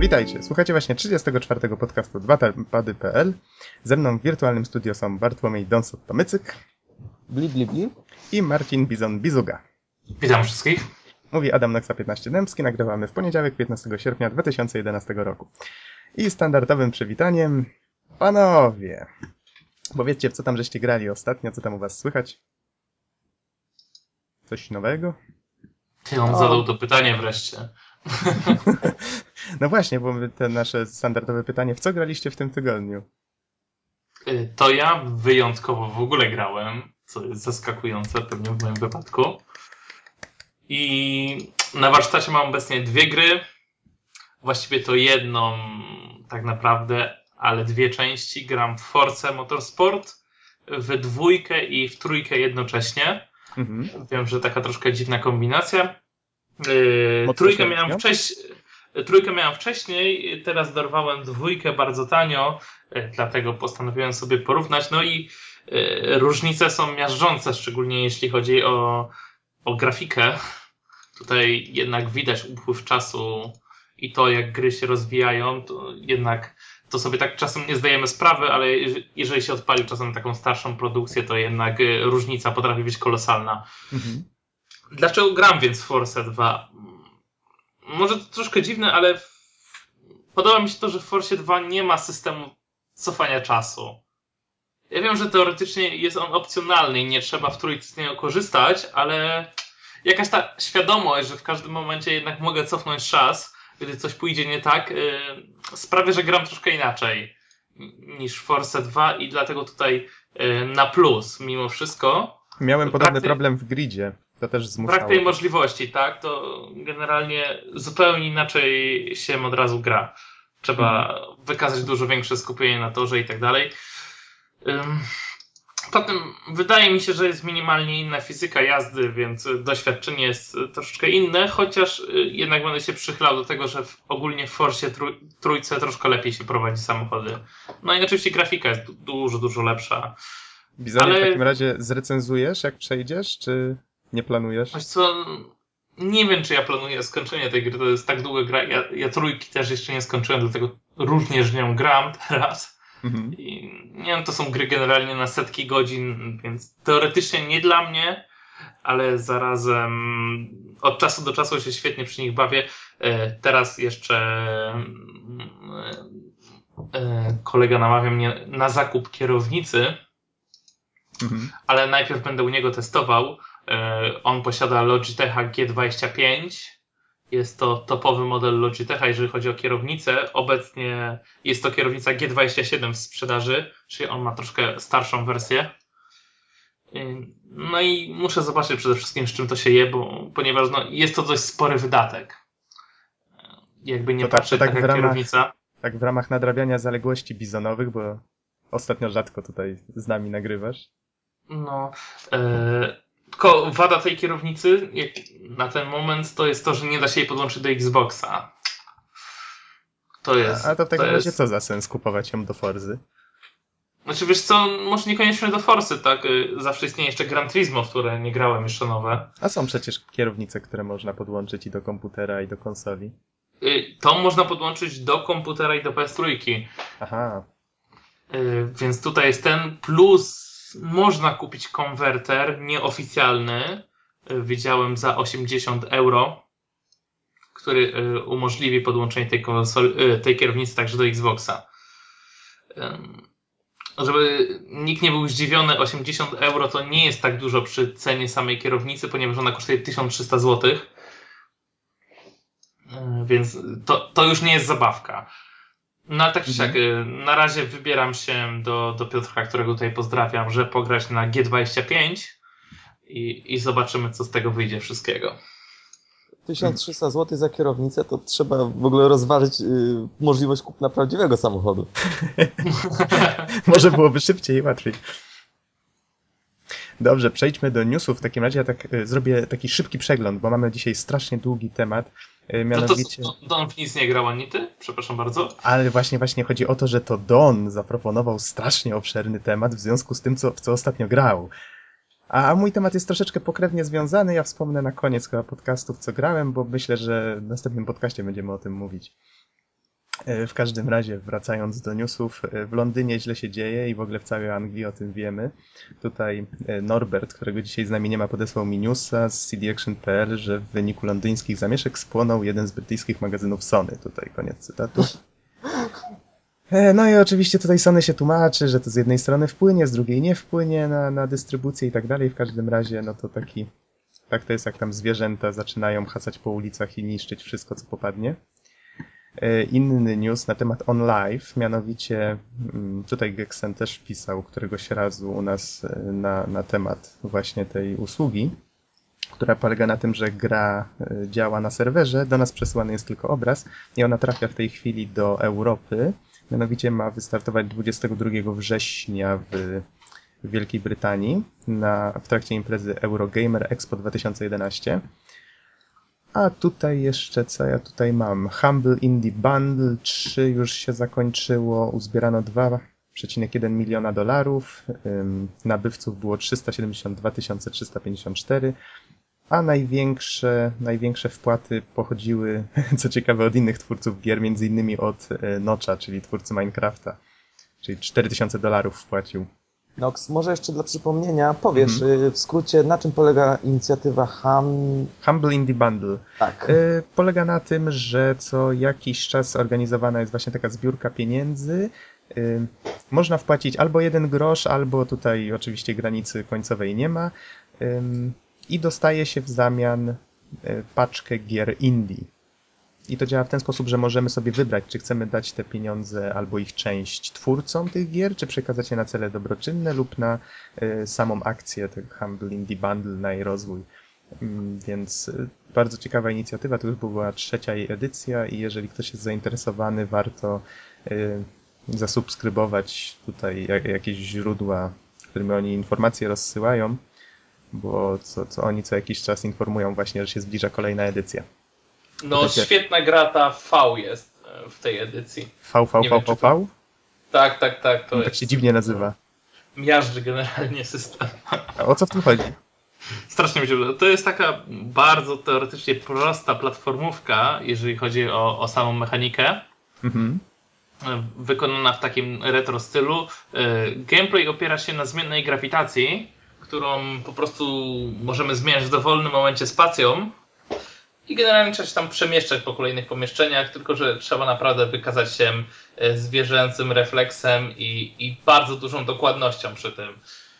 Witajcie, słuchacie właśnie 34. podcastu 2pady.pl. Ze mną w wirtualnym studio są Bartłomiej Donsot-Tomycyk Bli. i Marcin Bizon-Bizuga. Witam wszystkich. Mówi Adam Noxa 15 Dębski, nagrywamy w poniedziałek 15 sierpnia 2011 roku. I standardowym przywitaniem, panowie, powiedzcie, w co tam żeście grali ostatnio, co tam u was słychać? Coś nowego? On zadał to pytanie wreszcie. No właśnie, bo te nasze standardowe pytanie, w co graliście w tym tygodniu? To ja wyjątkowo w ogóle grałem, co jest zaskakujące pewnie w moim wypadku. I na warsztacie mam obecnie 2 gry. Właściwie to jedną tak naprawdę, ale 2 części. Gram w Forza Motorsport w 2 i w 3 jednocześnie. Wiem, że taka troszkę dziwna kombinacja. Trójkę miałem wcześniej, teraz dorwałem 2 bardzo tanio, dlatego postanowiłem sobie porównać. No i różnice są miażdżące, szczególnie jeśli chodzi o grafikę. Tutaj jednak widać upływ czasu i to, jak gry się rozwijają, to jednak to sobie tak czasem nie zdajemy sprawy, ale jeżeli się odpali czasem taką starszą produkcję, to jednak różnica potrafi być kolosalna. Dlaczego gram więc w Forza 2? Może to troszkę dziwne, ale podoba mi się to, że w Forcie 2 nie ma systemu cofania czasu. Ja wiem, że teoretycznie jest on opcjonalny i nie trzeba w trójce z niego korzystać, ale jakaś ta świadomość, że w każdym momencie jednak mogę cofnąć czas, gdy coś pójdzie nie tak, sprawia, że gram troszkę inaczej niż w Force 2 i dlatego tutaj na plus mimo wszystko. Miałem podobny problem w Gridzie. To też zmuszało. Brak tej możliwości, tak? To generalnie zupełnie inaczej się od razu gra. Trzeba wykazać dużo większe skupienie na torze i tak dalej. Potem wydaje mi się, że jest minimalnie inna fizyka jazdy, więc doświadczenie jest troszeczkę inne, chociaż jednak będę się przychylał do tego, że ogólnie w Forcie trójce troszkę lepiej się prowadzi samochody. No i oczywiście grafika jest dużo lepsza. Bizonie, w takim razie zrecenzujesz, jak przejdziesz, czy nie planujesz? Wiesz co, nie wiem, czy ja planuję skończenie tej gry, to jest tak długa gra. Ja trójki też jeszcze nie skończyłem, dlatego różnie z nią gram teraz. I nie wiem, to są gry generalnie na setki godzin, więc teoretycznie nie dla mnie, ale zarazem od czasu do czasu się świetnie przy nich bawię. Teraz jeszcze kolega namawia mnie na zakup kierownicy, ale najpierw będę u niego testował. On posiada Logitecha G25. Jest to topowy model Logitecha, jeżeli chodzi o kierownicę. Obecnie jest to kierownica G27 w sprzedaży, czyli on ma troszkę starszą wersję. No i muszę zobaczyć przede wszystkim, z czym to się je, ponieważ jest to dość spory wydatek. Jakby nie patrzeć, taka kierownica. Tak w ramach nadrabiania zaległości bizonowych, bo ostatnio rzadko tutaj z nami nagrywasz. No, tylko wada tej kierownicy na ten moment to jest to, że nie da się jej podłączyć do Xboxa. A to w takim razie co za sens kupować ją do Forzy? Znaczy wiesz co, może niekoniecznie do Forsy, tak? Zawsze istnieje jeszcze Gran Turismo, w które nie grałem jeszcze nowe. A są przecież kierownice, które można podłączyć i do komputera, i do konsoli. To można podłączyć do komputera i do PS3. Aha. Więc tutaj jest ten plus. Można kupić konwerter nieoficjalny. Widziałem za 80 euro, który umożliwi podłączenie tej kierownicy także do Xboxa. Żeby nikt nie był zdziwiony, 80 euro to nie jest tak dużo przy cenie samej kierownicy, ponieważ ona kosztuje 1300 zł. Więc to już nie jest zabawka. No ale tak czy siak, na razie wybieram się do Piotrka, którego tutaj pozdrawiam, że pograć na G25 i zobaczymy, co z tego wyjdzie wszystkiego. 1300 zł za kierownicę, to trzeba w ogóle rozważyć możliwość kupna prawdziwego samochodu. Może byłoby szybciej i łatwiej. Dobrze, przejdźmy do newsów. W takim razie ja tak zrobię taki szybki przegląd, bo mamy dzisiaj strasznie długi temat. Mianowicie... To Don w nic nie grał, ani ty? Przepraszam bardzo. Ale właśnie chodzi o to, że to Don zaproponował strasznie obszerny temat w związku z tym, w co ostatnio grał. A mój temat jest troszeczkę pokrewnie związany. Ja wspomnę na koniec chyba podcastów, co grałem, bo myślę, że w następnym podcaście będziemy o tym mówić. W każdym razie, wracając do newsów, w Londynie źle się dzieje i w ogóle w całej Anglii o tym wiemy. Tutaj Norbert, którego dzisiaj z nami nie ma, podesłał mi newsa z cdaction.pl, że w wyniku londyńskich zamieszek spłonął jeden z brytyjskich magazynów Sony. Tutaj koniec cytatu. No i oczywiście tutaj Sony się tłumaczy, że to z jednej strony wpłynie, z drugiej nie wpłynie na dystrybucję i tak dalej. W każdym razie, no to tak to jest, jak tam zwierzęta zaczynają hasać po ulicach i niszczyć wszystko, co popadnie. Inny news na temat OnLive, mianowicie tutaj Geksen też pisał któregoś razu u nas na temat właśnie tej usługi, która polega na tym, że gra działa na serwerze, do nas przesyłany jest tylko obraz i ona trafia w tej chwili do Europy, mianowicie ma wystartować 22 września w Wielkiej Brytanii w trakcie imprezy Eurogamer Expo 2011. A tutaj jeszcze, co ja tutaj mam? Humble Indie Bundle 3 już się zakończyło, uzbierano $2,1 miliona. Nabywców było 372 354, a największe wpłaty pochodziły, co ciekawe, od innych twórców gier, między innymi od Notcha, czyli twórcy Minecrafta, czyli $4,000 wpłacił. Nox, może jeszcze dla przypomnienia powiesz w skrócie, na czym polega inicjatywa Humble Indie Bundle. Tak. Polega na tym, że co jakiś czas organizowana jest właśnie taka zbiórka pieniędzy. Można wpłacić albo 1 grosz, albo tutaj oczywiście granicy końcowej nie ma. I dostaje się w zamian paczkę gier indie. I to działa w ten sposób, że możemy sobie wybrać, czy chcemy dać te pieniądze albo ich część twórcom tych gier, czy przekazać je na cele dobroczynne lub na samą akcję tego Humble Indie Bundle, na jej rozwój. Więc bardzo ciekawa inicjatywa, to już była 3. jej edycja i jeżeli ktoś jest zainteresowany, warto zasubskrybować tutaj jakieś źródła, którymi oni informacje rozsyłają, bo co oni co jakiś czas informują właśnie, że się zbliża kolejna edycja. No, świetna gra ta V jest w tej edycji. VVVVV? Tak. To tak jest, się dziwnie nazywa. Miażdży generalnie system. A o co w tym chodzi? Strasznie mi się podoba. To jest taka bardzo teoretycznie prosta platformówka, jeżeli chodzi o samą mechanikę. Mhm. Wykonana w takim retro stylu. Gameplay opiera się na zmiennej grawitacji, którą po prostu możemy zmieniać w dowolnym momencie spacją. I generalnie trzeba się tam przemieszczać po kolejnych pomieszczeniach, tylko że trzeba naprawdę wykazać się zwierzęcym refleksem i bardzo dużą dokładnością przy tym.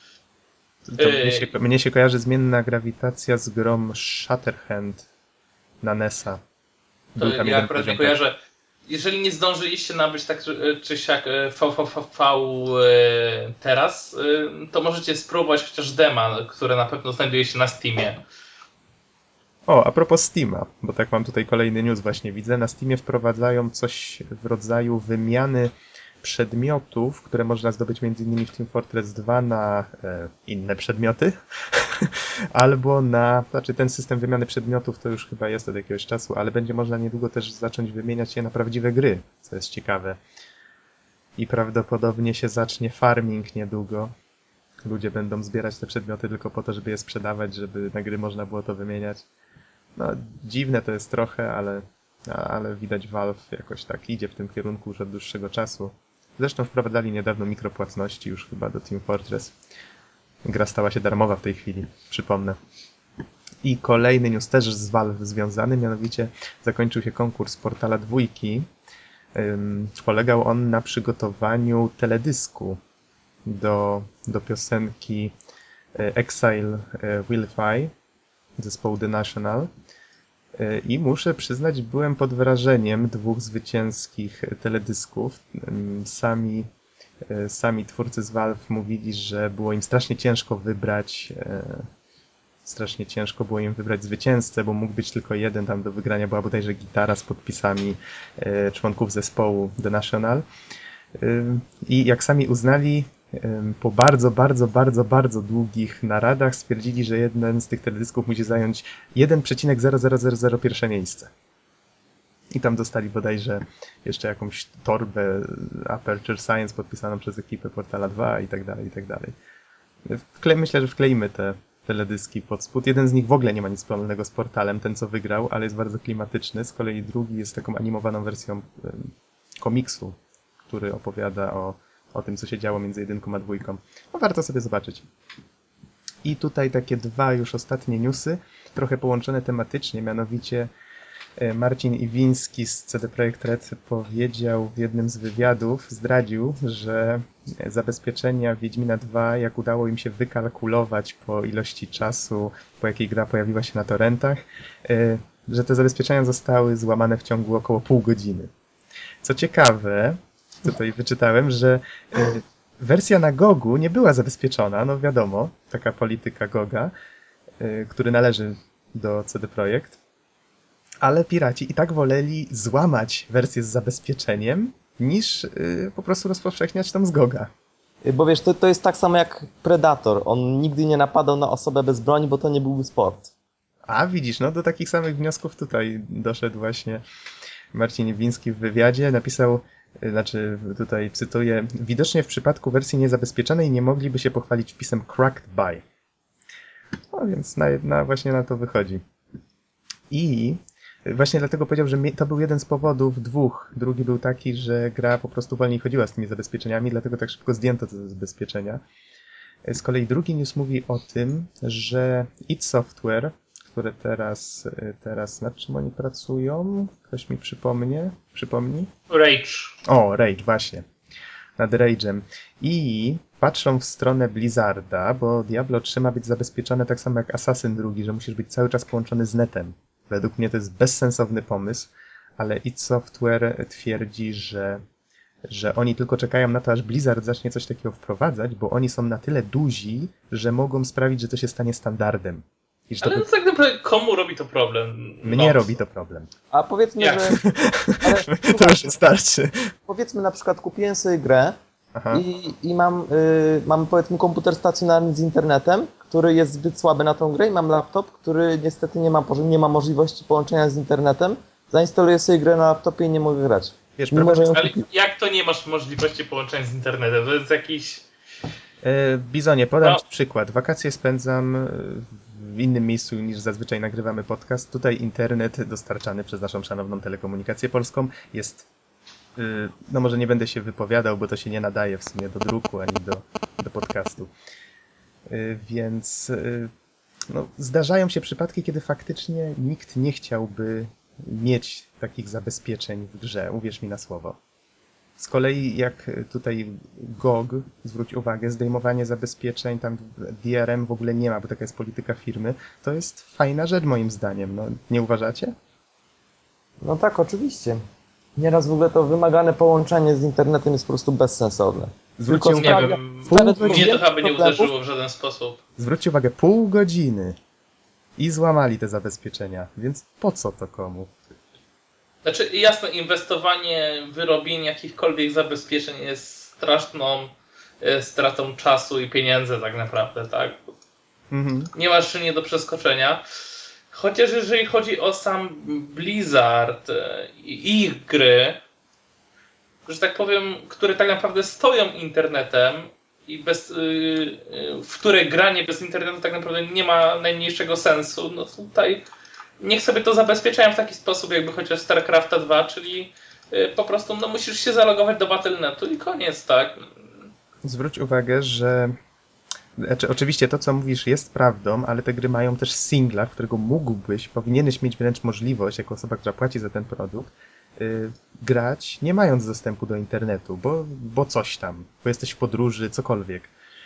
Mnie się kojarzy zmienna grawitacja z grą Shatterhand na NES-a. To ja akurat nie kojarzę. Jeżeli nie zdążyliście nabyć tak czy siak VVVV teraz, to możecie spróbować chociaż dema, które na pewno znajduje się na Steamie. O, a propos Steama, bo tak mam tutaj kolejny news właśnie widzę. Na Steamie wprowadzają coś w rodzaju wymiany przedmiotów, które można zdobyć m.in. w Team Fortress 2 na inne przedmioty, albo znaczy ten system wymiany przedmiotów to już chyba jest od jakiegoś czasu, ale będzie można niedługo też zacząć wymieniać je na prawdziwe gry, co jest ciekawe. I prawdopodobnie się zacznie farming niedługo. Ludzie będą zbierać te przedmioty tylko po to, żeby je sprzedawać, żeby na gry można było to wymieniać. No, dziwne to jest trochę, ale widać Valve jakoś tak idzie w tym kierunku już od dłuższego czasu. Zresztą wprowadzali niedawno mikropłatności już chyba do Team Fortress. Gra stała się darmowa w tej chwili, przypomnę. I kolejny news też z Valve związany, mianowicie zakończył się konkurs Portala 2. Polegał on na przygotowaniu teledysku do piosenki Exile Willify zespołu The National. I muszę przyznać, byłem pod wrażeniem 2 zwycięskich teledysków. Sami twórcy z Valve mówili, że było im strasznie ciężko wybrać zwycięzcę, bo mógł być tylko jeden, tam do wygrania była bodajże gitara z podpisami członków zespołu The National. I jak sami uznali, po bardzo długich naradach stwierdzili, że jeden z tych teledysków musi zająć 1,00001 miejsce. I tam dostali bodajże jeszcze jakąś torbę Aperture Science podpisaną przez ekipę Portala 2 i tak dalej, i tak dalej. Myślę, że wkleimy te teledyski pod spód. Jeden z nich w ogóle nie ma nic wspólnego z Portalem, ten co wygrał, ale jest bardzo klimatyczny. Z kolei drugi jest taką animowaną wersją komiksu, który opowiada o tym, co się działo między jedynką a dwójką. No, warto sobie zobaczyć. I tutaj takie dwa już ostatnie newsy, trochę połączone tematycznie, mianowicie Marcin Iwiński z CD Projekt Red powiedział w jednym z wywiadów, zdradził, że zabezpieczenia Wiedźmina 2, jak udało im się wykalkulować po ilości czasu, po jakiej gra pojawiła się na torrentach, że te zabezpieczenia zostały złamane w ciągu około pół godziny. Co ciekawe, tutaj wyczytałem, że wersja na GOG-u nie była zabezpieczona, no wiadomo, taka polityka GOG-a, który należy do CD Projekt, ale piraci i tak woleli złamać wersję z zabezpieczeniem, niż po prostu rozpowszechniać tam z GOG-a. Bo wiesz, to jest tak samo jak Predator. On nigdy nie napadał na osobę bez broni, bo to nie byłby sport. A widzisz, no do takich samych wniosków tutaj doszedł właśnie Marcin Iwiński w wywiadzie. Napisał, znaczy tutaj cytuję, widocznie w przypadku wersji niezabezpieczonej nie mogliby się pochwalić wpisem cracked by. No więc właśnie na to wychodzi. I właśnie dlatego powiedział, że to był jeden z powodów, dwóch. Drugi był taki, że gra po prostu wolniej chodziła z tymi zabezpieczeniami, dlatego tak szybko zdjęto te zabezpieczenia. Z kolei drugi news mówi o tym, że id Software, które teraz nad czym oni pracują? Ktoś mi przypomni? Rage. O, Rage, właśnie. Nad Rage'em. I patrzą w stronę Blizzarda, bo Diablo 3 ma być zabezpieczone tak samo jak Assassin 2, że musisz być cały czas połączony z netem. Według mnie to jest bezsensowny pomysł, ale id Software twierdzi, że oni tylko czekają na to, aż Blizzard zacznie coś takiego wprowadzać, bo oni są na tyle duzi, że mogą sprawić, że to się stanie standardem. I że Ale to tak naprawdę komu robi to problem? mnie robi to problem. A powiedzmy, Jak? że... Ale, To słuchaj, już wystarczy. powiedzmy na przykład kupiłem sobie grę Aha. i mam powiedzmy komputer stacjonarny z internetem, który jest zbyt słaby na tą grę i mam laptop, który niestety nie ma możliwości połączenia z internetem. Zainstaluję sobie grę na laptopie i nie mogę grać. Wiesz, Mimo, że ją Ale kupiłem. jak to nie masz możliwości połączenia z internetem? To jest jakiś... Bizonie, podam No. ci przykład. Wakacje spędzam w innym miejscu niż zazwyczaj nagrywamy podcast. Tutaj internet dostarczany przez naszą szanowną telekomunikację polską jest, no może nie będę się wypowiadał, bo to się nie nadaje w sumie do druku ani do podcastu. Więc no, zdarzają się przypadki, kiedy faktycznie nikt nie chciałby mieć takich zabezpieczeń w grze, uwierz mi na słowo. Z kolei jak tutaj GOG, zwróć uwagę, zdejmowanie zabezpieczeń, tam DRM w ogóle nie ma, bo taka jest polityka firmy, to jest fajna rzecz moim zdaniem, no nie uważacie? No tak, oczywiście. Nieraz w ogóle to wymagane połączenie z internetem jest po prostu bezsensowne. Zwróćcie Nie uwagę, wiem, Nawet mnie to więcej chyba by nie problemów. uderzyło w żaden sposób. zwróćcie uwagę, pół godziny i złamali te zabezpieczenia, więc po co to komu? Znaczy, jasne, inwestowanie, wyrobienie jakichkolwiek zabezpieczeń jest straszną stratą czasu i pieniędzy tak naprawdę, tak? Mhm. Nie masz nie do przeskoczenia. Chociaż jeżeli chodzi o sam Blizzard i ich gry, że tak powiem, które tak naprawdę stoją internetem i w które granie bez internetu tak naprawdę nie ma najmniejszego sensu, no tutaj niech sobie to zabezpieczają w taki sposób, jakby chociaż StarCrafta 2, czyli po prostu no, musisz się zalogować do Battle.netu i koniec, tak? Zwróć uwagę, że znaczy, oczywiście to, co mówisz, jest prawdą, ale te gry mają też singla, w którego powinieneś mieć wręcz możliwość, jako osoba, która płaci za ten produkt, grać, nie mając dostępu do internetu, bo coś tam, bo jesteś w podróży, cokolwiek.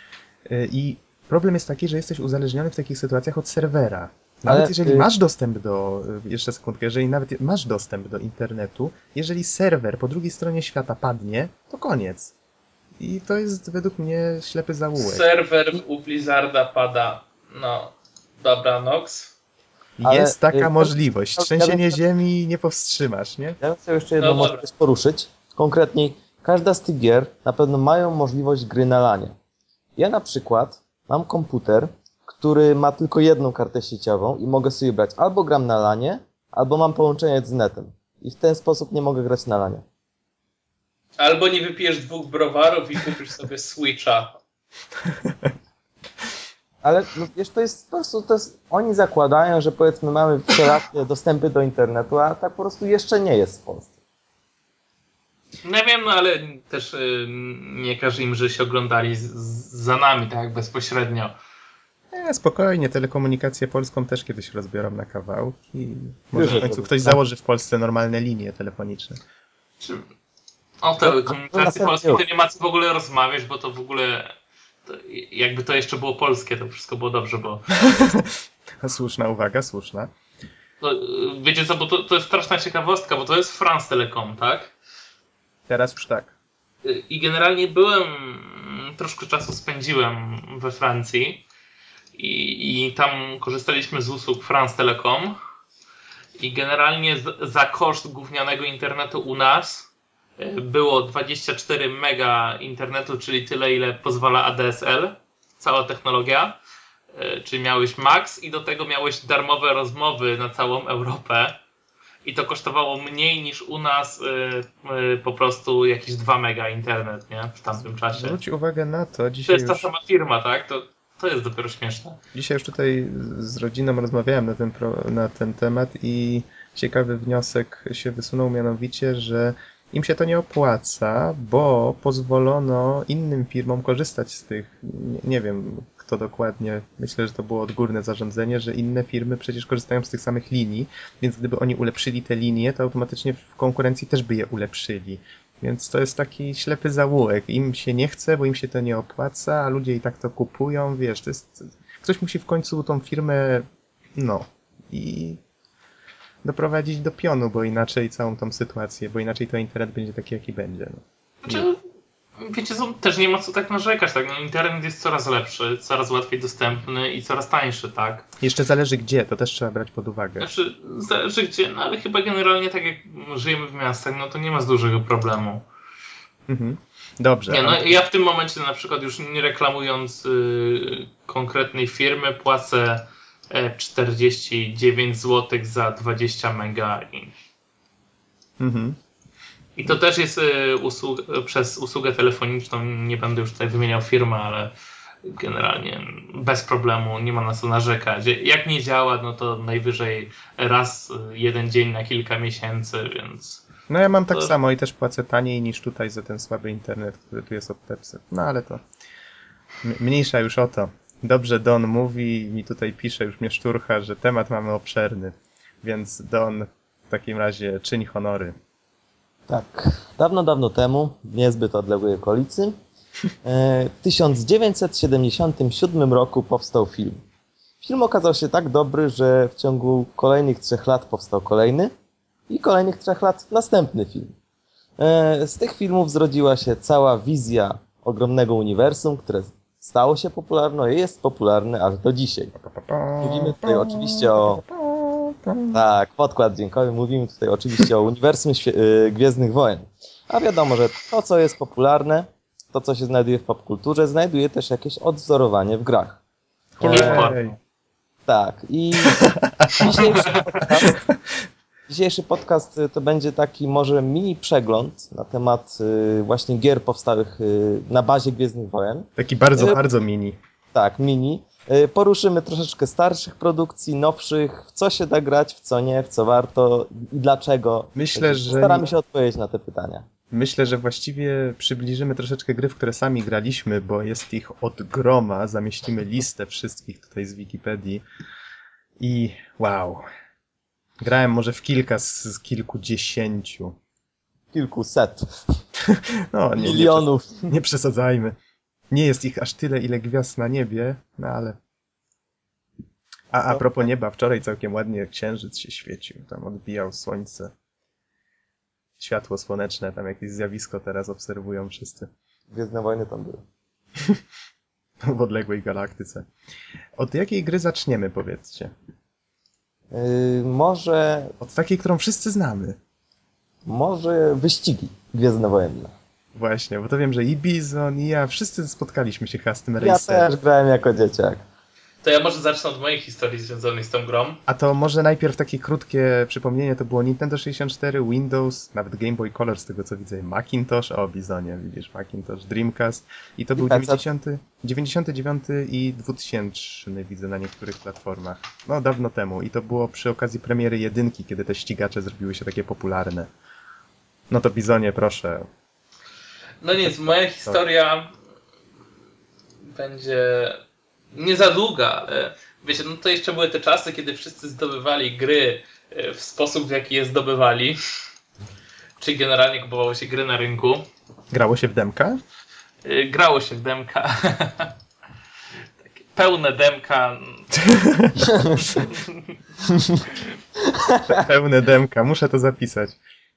I problem jest taki, że jesteś uzależniony w takich sytuacjach od serwera. Nawet Ale, jeżeli masz dostęp jeszcze sekundkę, jeżeli nawet masz dostęp do internetu, jeżeli serwer po drugiej stronie świata padnie, to koniec. I to jest według mnie ślepy zaułek. Serwer u Blizzarda pada, no, dobranoc. Ale, Jest taka y, możliwość. ja bym- Trzęsienie ziemi nie powstrzymasz, nie? Ja bym chciał jeszcze jedną No dobra. możliwość poruszyć. Konkretniej, każda z tych gier na pewno mają możliwość gry na lanie. Ja na przykład mam komputer, który ma tylko jedną kartę sieciową i mogę sobie brać albo gram na lanie, albo mam połączenie z netem. I w ten sposób nie mogę grać na lanie. Albo nie wypijesz 2 browarów i kupisz sobie Switcha. Ale no, wiesz, to jest po prostu, oni zakładają, że powiedzmy mamy wszelakie dostępy do internetu, a tak po prostu jeszcze nie jest w Polsce. No ja wiem, no ale też nie każ im, że się oglądali za nami, tak bezpośrednio. Spokojnie, telekomunikację polską też kiedyś rozbiorą na kawałki. I może Już w końcu jest ktoś robione. założy w Polsce normalne linie telefoniczne. Czy, o No, telekomunikacji no, polskiej to nie ma co w ogóle rozmawiać, bo to w ogóle to, jakby to jeszcze było polskie, to wszystko było dobrze, bo Słuszna uwaga, słuszna. no, wiecie co, bo to jest straszna ciekawostka, bo to jest France Telecom, tak? Teraz już tak. I generalnie troszkę czasu spędziłem we Francji i tam korzystaliśmy z usług France Telecom i generalnie za koszt gównianego internetu u nas było 24 mega internetu, czyli tyle ile pozwala ADSL, cała technologia, czyli miałeś max i do tego miałeś darmowe rozmowy na całą Europę. I to kosztowało mniej niż u nas po prostu jakieś 2 mega internet, nie? W tamtym czasie. Zwróć uwagę na to, To jest ta sama firma, tak? To jest dopiero śmieszne. dzisiaj już tutaj z rodziną rozmawiałem na ten temat i ciekawy wniosek się wysunął, mianowicie, że im się to nie opłaca, bo pozwolono innym firmom korzystać z tych, nie wiem kto dokładnie, myślę, że to było odgórne zarządzenie, że inne firmy przecież korzystają z tych samych linii, więc gdyby oni ulepszyli te linie, to automatycznie w konkurencji też by je ulepszyli. Więc to jest taki ślepy zaułek. Im się nie chce, bo im się to nie opłaca, a ludzie i tak to kupują, wiesz, to jest... Ktoś musi w końcu tą firmę, i doprowadzić do pionu, bo inaczej całą tą sytuację, bo inaczej to internet będzie taki, jaki będzie. No. Znaczy, wiecie co, też nie ma co tak narzekać, tak? No, internet jest coraz lepszy, coraz łatwiej dostępny i coraz tańszy, tak? Jeszcze zależy gdzie, to też trzeba brać pod uwagę. Znaczy, zależy gdzie, no ale chyba generalnie tak jak żyjemy w miastach, no to nie ma z dużego problemu. Mhm. Dobrze. Nie, no ja w tym momencie na przykład już nie reklamując konkretnej firmy płacę 49 zł za 20 mega Mhm. i to też jest przez usługę telefoniczną, nie będę już tutaj wymieniał firmy, ale generalnie bez problemu, nie ma na co narzekać. Jak nie działa, no to najwyżej raz jeden dzień na kilka miesięcy, więc No ja mam tak to, samo i też płacę taniej niż tutaj za ten słaby internet, który tu jest od Tepsy. No ale to mniejsza już o to. Dobrze Don mówi, mi tutaj pisze, już mnie szturcha, że temat mamy obszerny. Więc Don, w takim razie czyń honory. Tak, dawno, dawno temu, w niezbyt odległej okolicy, w 1977 roku powstał film. Film okazał się tak dobry, że w ciągu kolejnych 3 lat powstał kolejny i kolejnych 3 lat następny film. Z tych filmów zrodziła się cała wizja ogromnego uniwersum, które stało się popularne i jest popularne aż do dzisiaj. Mówimy tutaj oczywiście o... Tak, podkład dźwiękowy. Mówimy tutaj oczywiście o uniwersum Gwiezdnych Wojen. A wiadomo, że to, co jest popularne, to, co się znajduje w popkulturze, znajduje też jakieś odwzorowanie w grach. Hurray! Tak, i dzisiejszy podcast to będzie taki może mini przegląd na temat właśnie gier powstałych na bazie Gwiezdnych Wojen. Taki bardzo, bardzo mini. Tak, mini. Poruszymy troszeczkę starszych produkcji, nowszych, w co się da grać, w co nie, w co warto i dlaczego. Myślę, że Staramy się odpowiedzieć na te pytania. Myślę, że właściwie przybliżymy troszeczkę gry, w które sami graliśmy, bo jest ich od groma. Zamieścimy listę wszystkich tutaj z Wikipedii. I wow. Grałem może w kilka z kilkudziesięciu. Kilkuset. No, Milionów. nie przesadzajmy. Nie jest ich aż tyle, ile gwiazd na niebie, no ale... A propos nieba, wczoraj całkiem ładnie księżyc się świecił. Tam odbijał słońce. Światło słoneczne, tam jakieś zjawisko teraz obserwują wszyscy. Gwiezdne Wojny tam były. W odległej galaktyce. Od jakiej gry zaczniemy, powiedzcie? Może Od takiej, którą wszyscy znamy. wyścigi Gwiezdnowojenne. Właśnie, bo to wiem, że i Bizon, i ja, wszyscy spotkaliśmy się chyba z tym Ja Racer. też grałem jako dzieciak. to ja może zacznę od mojej historii związanej z tą grą. A to może najpierw takie krótkie przypomnienie, to było Nintendo 64, Windows, nawet Game Boy Color z tego co widzę, Macintosh, o Bizonie, widzisz, Macintosh, Dreamcast i to był 99 i 2000 widzę na niektórych platformach. No dawno temu i to było przy okazji premiery jedynki, kiedy te ścigacze zrobiły się takie popularne. No to Bizonie, proszę. No nic, moja historia będzie nie za długa, ale wiecie, no to jeszcze były te czasy, kiedy wszyscy zdobywali gry w sposób, w jaki je zdobywali. Czyli generalnie kupowało się gry na rynku. Grało się w demka? Grało się w demka. Takie pełne demka. Pełne demka, muszę to zapisać.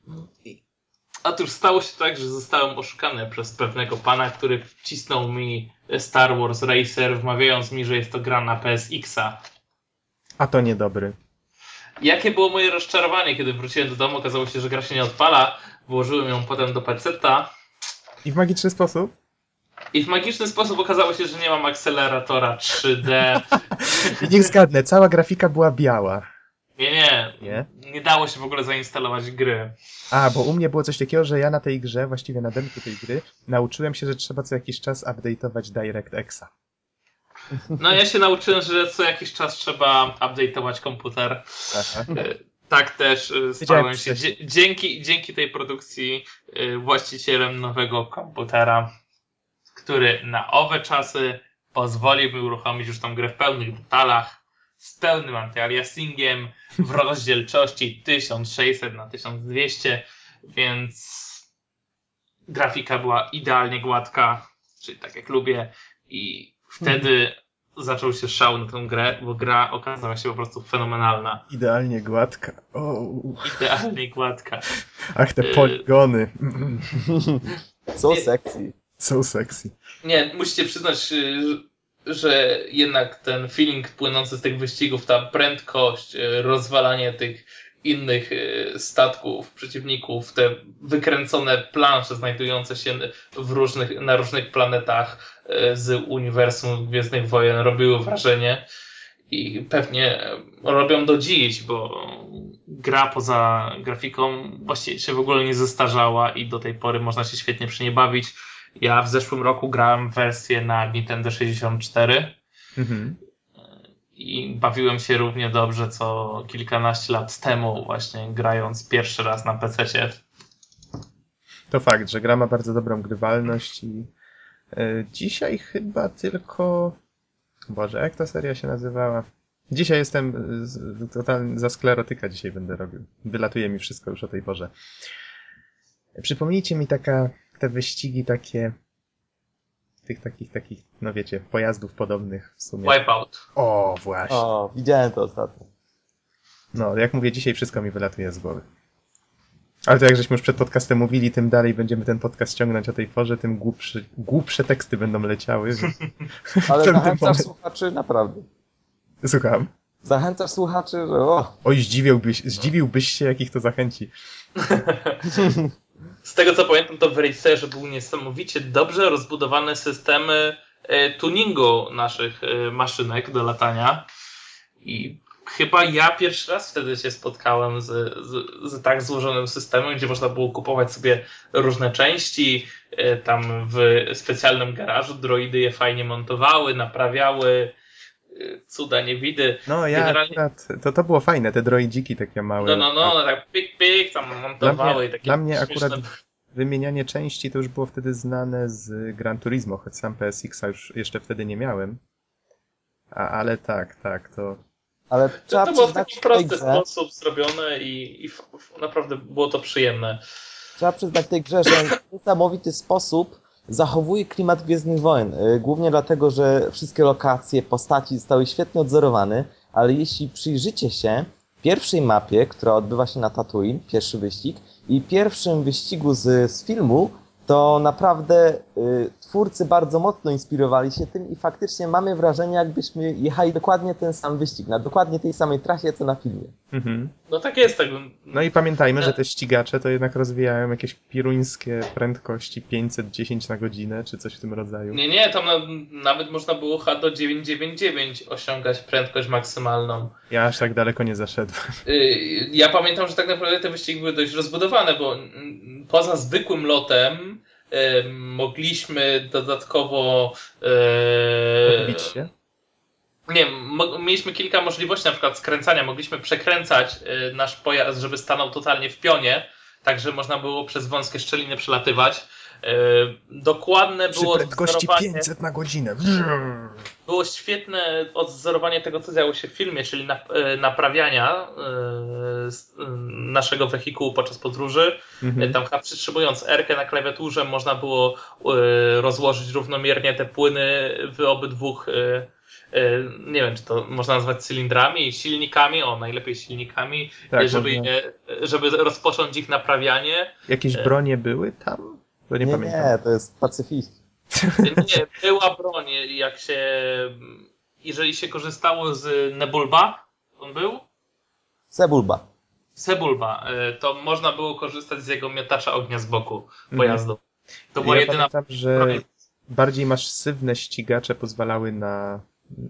Otóż stało się tak, że zostałem oszukany przez pewnego pana, który wcisnął mi Star Wars Racer, wmawiając mi, że jest to gra na PSX-a. A to niedobry. Jakie było moje rozczarowanie, kiedy wróciłem do domu, okazało się, że gra się nie odpala. Włożyłem ją potem do peceta I w magiczny sposób? i w magiczny sposób okazało się, że nie mam akceleratora 3D. I niech zgadnę, cała grafika była biała. Nie. Nie dało się w ogóle zainstalować gry. A, bo u mnie było coś takiego, że ja na tej grze, właściwie na demku tej gry, nauczyłem się, że trzeba co jakiś czas update'ować DirectXa. No ja się nauczyłem, że co jakiś czas trzeba update'ować komputer. Aha. Tak też Wiedziałem stałem się wcześniej. dzięki tej produkcji właścicielem nowego komputera, który na owe czasy pozwolił mi uruchomić już tą grę w pełnych detalach, z pełnym anti-aliasingiem, w rozdzielczości 1600 na 1200, więc grafika była idealnie gładka, czyli tak jak lubię, i wtedy zaczął się szał na tę grę, bo gra okazała się po prostu fenomenalna. Idealnie gładka. O, Idealnie gładka. ach, te poligony. So Nie. sexy. So sexy. Nie, musicie przyznać, że jednak ten feeling płynący z tych wyścigów, ta prędkość, rozwalanie tych innych statków, przeciwników, te wykręcone plansze znajdujące się na różnych planetach z uniwersum Gwiezdnych Wojen robiły wrażenie i pewnie robią do dziś, bo gra poza grafiką właściwie się w ogóle nie zestarzała i do tej pory można się świetnie przy niej bawić. Ja w zeszłym roku grałem w wersję na Nintendo 64 Mhm. i bawiłem się równie dobrze co kilkanaście lat temu, właśnie grając pierwszy raz na PC-cie. To fakt, że gra ma bardzo dobrą grywalność i dzisiaj chyba tylko... Boże, jak ta seria się nazywała? Dzisiaj jestem totalnie za sklerotyka dzisiaj będę robił. Wylatuje mi wszystko już o tej porze. Przypomnijcie mi te wyścigi takie tych takich, no wiecie, pojazdów podobnych w sumie. Wipeout. O, właśnie. O, widziałem to ostatnio. No, jak mówię, dzisiaj wszystko mi wylatuje z głowy. Ale to jak żeśmy już przed podcastem mówili, tym dalej będziemy ten podcast ciągnąć o tej porze, tym głupsze teksty będą leciały. Więc Ale w pewnym zachęcasz momencie- słuchaczy naprawdę. Słucham. Zachęcasz słuchaczy, że o, Oj, zdziwiłbyś się, jakich to zachęci. Z tego co pamiętam, to w Racerze był niesamowicie dobrze rozbudowane systemy tuningu naszych maszynek do latania. I chyba ja pierwszy raz wtedy się spotkałem z tak złożonym systemem, gdzie można było kupować sobie różne części. Tam w specjalnym garażu droidy je fajnie montowały, naprawiały. Cuda niewidy. No, ja Generalnie, akurat, to było fajne, te droidziki takie małe. no, tak pik, tam montowały i takie Dla mnie śmieszne. akurat wymienianie części to już było wtedy znane z Gran Turismo, choć sam PSX-a już jeszcze wtedy nie miałem. Ale tak, to... ale trzeba To było w przyznać taki w tej prosty grze, sposób zrobione i naprawdę było to przyjemne. trzeba przyznać tej grze, że w niesamowity sposób zachowuje klimat Gwiezdnych Wojen. Głównie dlatego, że wszystkie lokacje, postaci zostały świetnie odzorowane, ale jeśli przyjrzycie się pierwszej mapie, która odbywa się na Tatooine, pierwszy wyścig, i pierwszym wyścigu z filmu, to naprawdę twórcy bardzo mocno inspirowali się tym i faktycznie mamy wrażenie, jakbyśmy jechali dokładnie ten sam wyścig, na dokładnie tej samej trasie, co na filmie. Mhm. No tak jest. Tak. No i pamiętajmy, że te ścigacze to jednak rozwijają jakieś piruńskie prędkości 510 na godzinę, czy coś w tym rodzaju. Nie, tam nawet można było do 999 osiągać prędkość maksymalną. Ja aż tak daleko nie zaszedłem. Ja pamiętam, że tak naprawdę te wyścigi były dość rozbudowane, bo poza zwykłym lotem mogliśmy dodatkowo Odbić się? nie, mieliśmy kilka możliwości, na przykład skręcania. Mogliśmy przekręcać nasz pojazd, żeby stanął totalnie w pionie, także można było przez wąskie szczeliny przelatywać. Dokładne Przy było prędkości odwzorowanie, 500 na godzinę. było świetne odwzorowanie tego, co działo się w filmie, czyli naprawiania naszego wehikułu podczas podróży. Mhm. Tam chyba przytrzymując R-kę na klawiaturze można było rozłożyć równomiernie te płyny w obydwu, nie wiem, czy to można nazwać cylindrami, silnikami, najlepiej silnikami, Tak, żeby, można. żeby rozpocząć ich naprawianie. Jakieś bronie były tam? Bo nie pamiętam. Nie, to jest pacyfizm. Nie, była broń, jeżeli się korzystało z Nebulba, on był? Sebulba. Sebulba, to można było korzystać z jego miotacza ognia z boku Mhm. pojazdu. To była Ja jedyna pamiętam, że broń. bardziej masywne ścigacze pozwalały na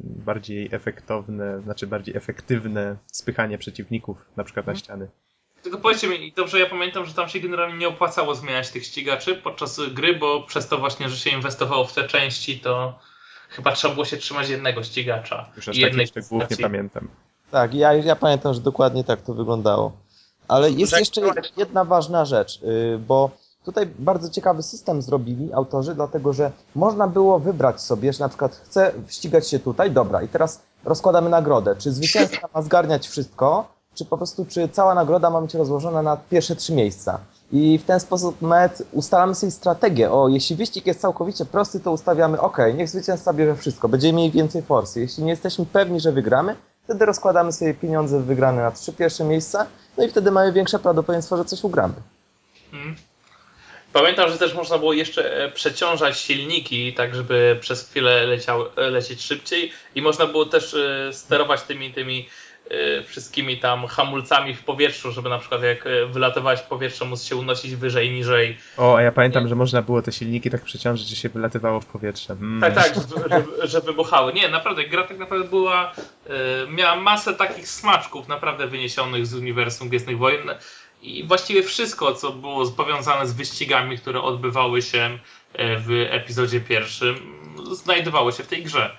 bardziej efektywne spychanie przeciwników, na przykład na ściany. Tylko powiedzcie mi, dobrze, ja pamiętam, że tam się generalnie nie opłacało zmieniać tych ścigaczy podczas gry, bo przez to właśnie, że się inwestowało w te części, to chyba trzeba było się trzymać jednego ścigacza Już aż i takich jednej szczegółów nie postaci. pamiętam. Tak, ja pamiętam, że dokładnie tak to wyglądało. Ale jest Że- jeszcze jedna ważna rzecz, bo tutaj bardzo ciekawy system zrobili autorzy, dlatego że można było wybrać sobie, że na przykład chcę ścigać się tutaj, dobra, i teraz rozkładamy nagrodę. Czy zwycięzca ma zgarniać wszystko, czy po prostu, czy cała nagroda ma być rozłożona na pierwsze 3 miejsca. I w ten sposób nawet ustalamy sobie strategię. Jeśli wyścig jest całkowicie prosty, to ustawiamy, niech zwycięzca bierze wszystko, będziemy mieli więcej forsy. Jeśli nie jesteśmy pewni, że wygramy, wtedy rozkładamy sobie pieniądze wygrane na 3 pierwsze miejsca, no i wtedy mamy większe prawdopodobieństwo, że coś ugramy. Mhm. Pamiętam, że też można było jeszcze przeciążać silniki, tak żeby przez chwilę lecieć szybciej i można było też sterować tymi wszystkimi tam hamulcami w powietrzu, żeby na przykład jak wylatywałeś w powietrze, móc się unosić wyżej, niżej. A ja pamiętam, że można było te silniki tak przeciążyć, że się wylatywało w powietrze. Tak, że wybuchały. Nie, naprawdę, gra tak naprawdę miała masę takich smaczków naprawdę wyniesionych z uniwersum Gwiezdnych Wojen i właściwie wszystko, co było powiązane z wyścigami, które odbywały się w epizodzie pierwszym, znajdowało się w tej grze.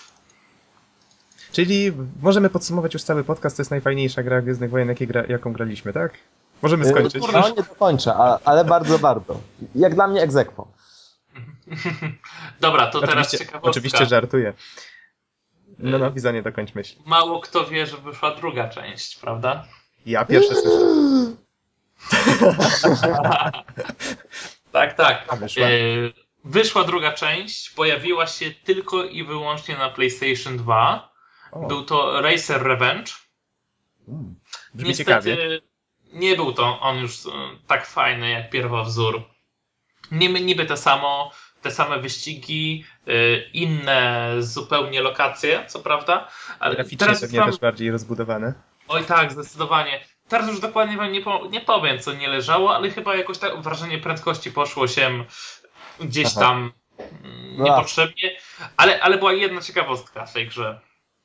Czyli możemy podsumować już cały podcast, to jest najfajniejsza gra Gwiezdnych Wojen, jaką graliśmy, tak? Możemy skończyć. kurde. Nie dokończę, ale bardzo warto. Jak dla mnie egz aequo. Dobra, to teraz ciekawostka. Oczywiście żartuję. No, Wizonie, dokończ myśl. Mało kto wie, że wyszła druga część, prawda? Ja pierwsze słyszę. Tak. A wyszła? Wyszła druga część, pojawiła się tylko i wyłącznie na PlayStation 2. O. Był to Racer Revenge. Brzmi Niestety ciekawie. nie był to on już tak fajny jak pierwowzór. Niby te same wyścigi, inne zupełnie lokacje, co prawda. Ale Graficznie teraz pewnie też bardziej rozbudowane. Oj tak, zdecydowanie. Teraz już dokładnie wam nie powiem, co nie leżało, ale chyba jakoś tak wrażenie prędkości poszło się gdzieś Aha. tam niepotrzebnie. Ale była jedna ciekawostka w tej grze.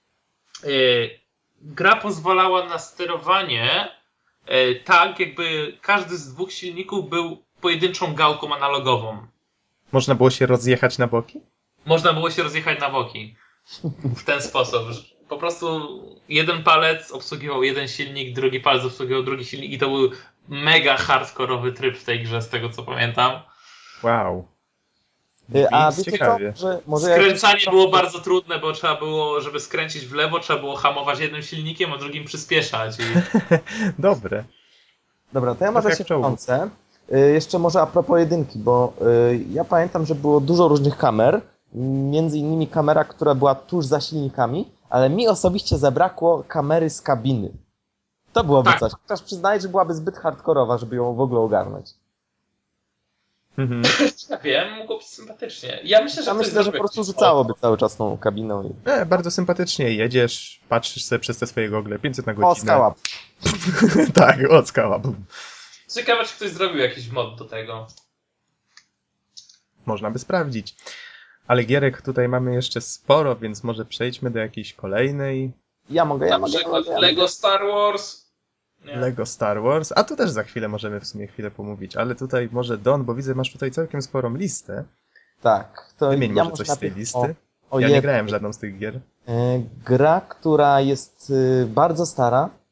Gra pozwalała na sterowanie tak, jakby każdy z dwóch silników był pojedynczą gałką analogową. Można było się rozjechać na boki? Można było się rozjechać na boki w ten sposób. Że po prostu jeden palec obsługiwał jeden silnik, drugi palec obsługiwał drugi silnik i to był mega hardkorowy tryb w tej grze, z tego co pamiętam. Wow. A Więc wiecie ciekawie. co? Może Skręcanie było bardzo trudne, bo trzeba było, żeby skręcić w lewo, trzeba było hamować jednym silnikiem, a drugim przyspieszać. Dobre. Dobra, to ja Trochę może jak się w czołgu. wtrącę. Jeszcze może a propos jedynki, bo ja pamiętam, że było dużo różnych kamer, między innymi kamera, która była tuż za silnikami, ale mi osobiście zabrakło kamery z kabiny. To byłoby Tak. coś. Chociaż przyznaję, że byłaby zbyt hardkorowa, żeby ją w ogóle ogarnąć. Mhm. Ja wiem, mogło być sympatycznie. Ja myślę, że Ja ktoś myślę, że zrobił po prostu jakiś mod. rzucałoby cały czas tą kabiną. Bardzo sympatycznie jedziesz, patrzysz sobie przez te swoje gogle, 500 na O, godzinę. skała. Tak, od skała. Bum. Ciekawe, czy ktoś zrobił jakiś mod do tego. Można by sprawdzić. Ale gierek tutaj mamy jeszcze sporo, więc może przejdźmy do jakiejś kolejnej. Na przykład Lego Star Wars. Nie. Lego Star Wars. A tu też za chwilę możemy w sumie chwilę pomówić. Ale tutaj może Don, bo widzę, masz tutaj całkiem sporą listę. Tak. To Wymień ja może coś z tej listy. O Ja nie jednej. grałem w żadną z tych gier. Gra, która jest bardzo stara,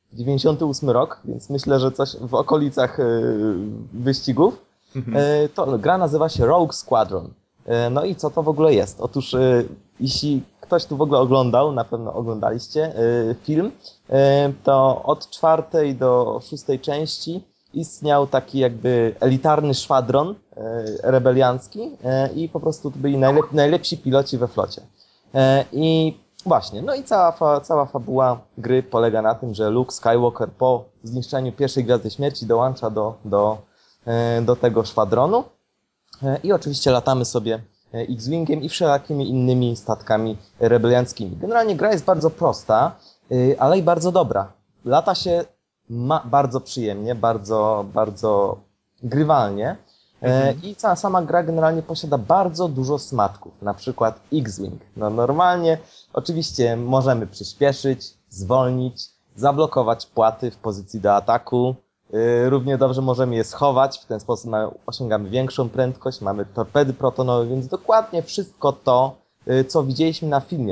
98 rok, więc myślę, że coś w okolicach wyścigów. To gra nazywa się Rogue Squadron. No i co to w ogóle jest? Otóż jeśli ktoś tu w ogóle oglądał, na pewno oglądaliście film, to od 4. do 6. części istniał taki jakby elitarny szwadron rebeliancki i po prostu to byli najlepsi piloci we flocie. I właśnie, no i cała fabuła gry polega na tym, że Luke Skywalker po zniszczeniu pierwszej Gwiazdy Śmierci dołącza do tego szwadronu i oczywiście latamy sobie X-Wingiem i wszelakimi innymi statkami rebelianckimi. Generalnie gra jest bardzo prosta, ale i bardzo dobra. Lata się bardzo przyjemnie, bardzo grywalnie. I sama gra generalnie posiada bardzo dużo smatków, na przykład X-Wing. No normalnie, oczywiście możemy przyspieszyć, zwolnić, zablokować płaty w pozycji do ataku. Równie dobrze możemy je schować, w ten sposób osiągamy większą prędkość, mamy torpedy protonowe, więc dokładnie wszystko to, co widzieliśmy na filmie.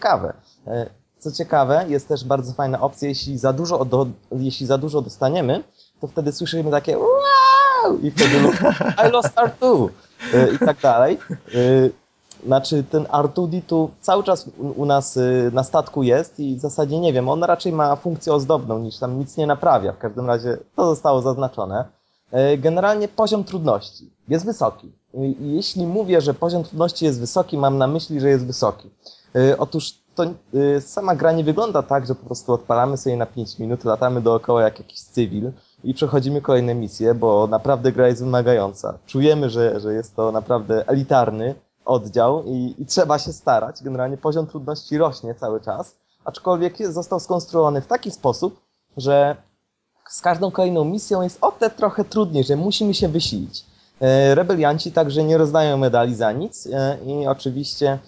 Co ciekawe, jest też bardzo fajna opcja, jeśli za dużo dostaniemy, to wtedy słyszymy takie wow! I wtedy I lost R2! I tak dalej. Znaczy ten R2D2 cały czas u nas na statku jest i w zasadzie nie wiem, on raczej ma funkcję ozdobną, niż tam nic nie naprawia. W każdym razie to zostało zaznaczone. Generalnie poziom trudności jest wysoki. I jeśli mówię, że poziom trudności jest wysoki, mam na myśli, że jest wysoki. Otóż to sama gra nie wygląda tak, że po prostu odpalamy sobie na 5 minut, latamy dookoła jak jakiś cywil i przechodzimy kolejne misje, bo naprawdę gra jest wymagająca. Czujemy, że jest to naprawdę elitarny oddział i trzeba się starać. Generalnie poziom trudności rośnie cały czas, aczkolwiek został skonstruowany w taki sposób, że z każdą kolejną misją jest o te trochę trudniej, że musimy się wysilić. Rebelianci także nie rozdają medali za nic i oczywiście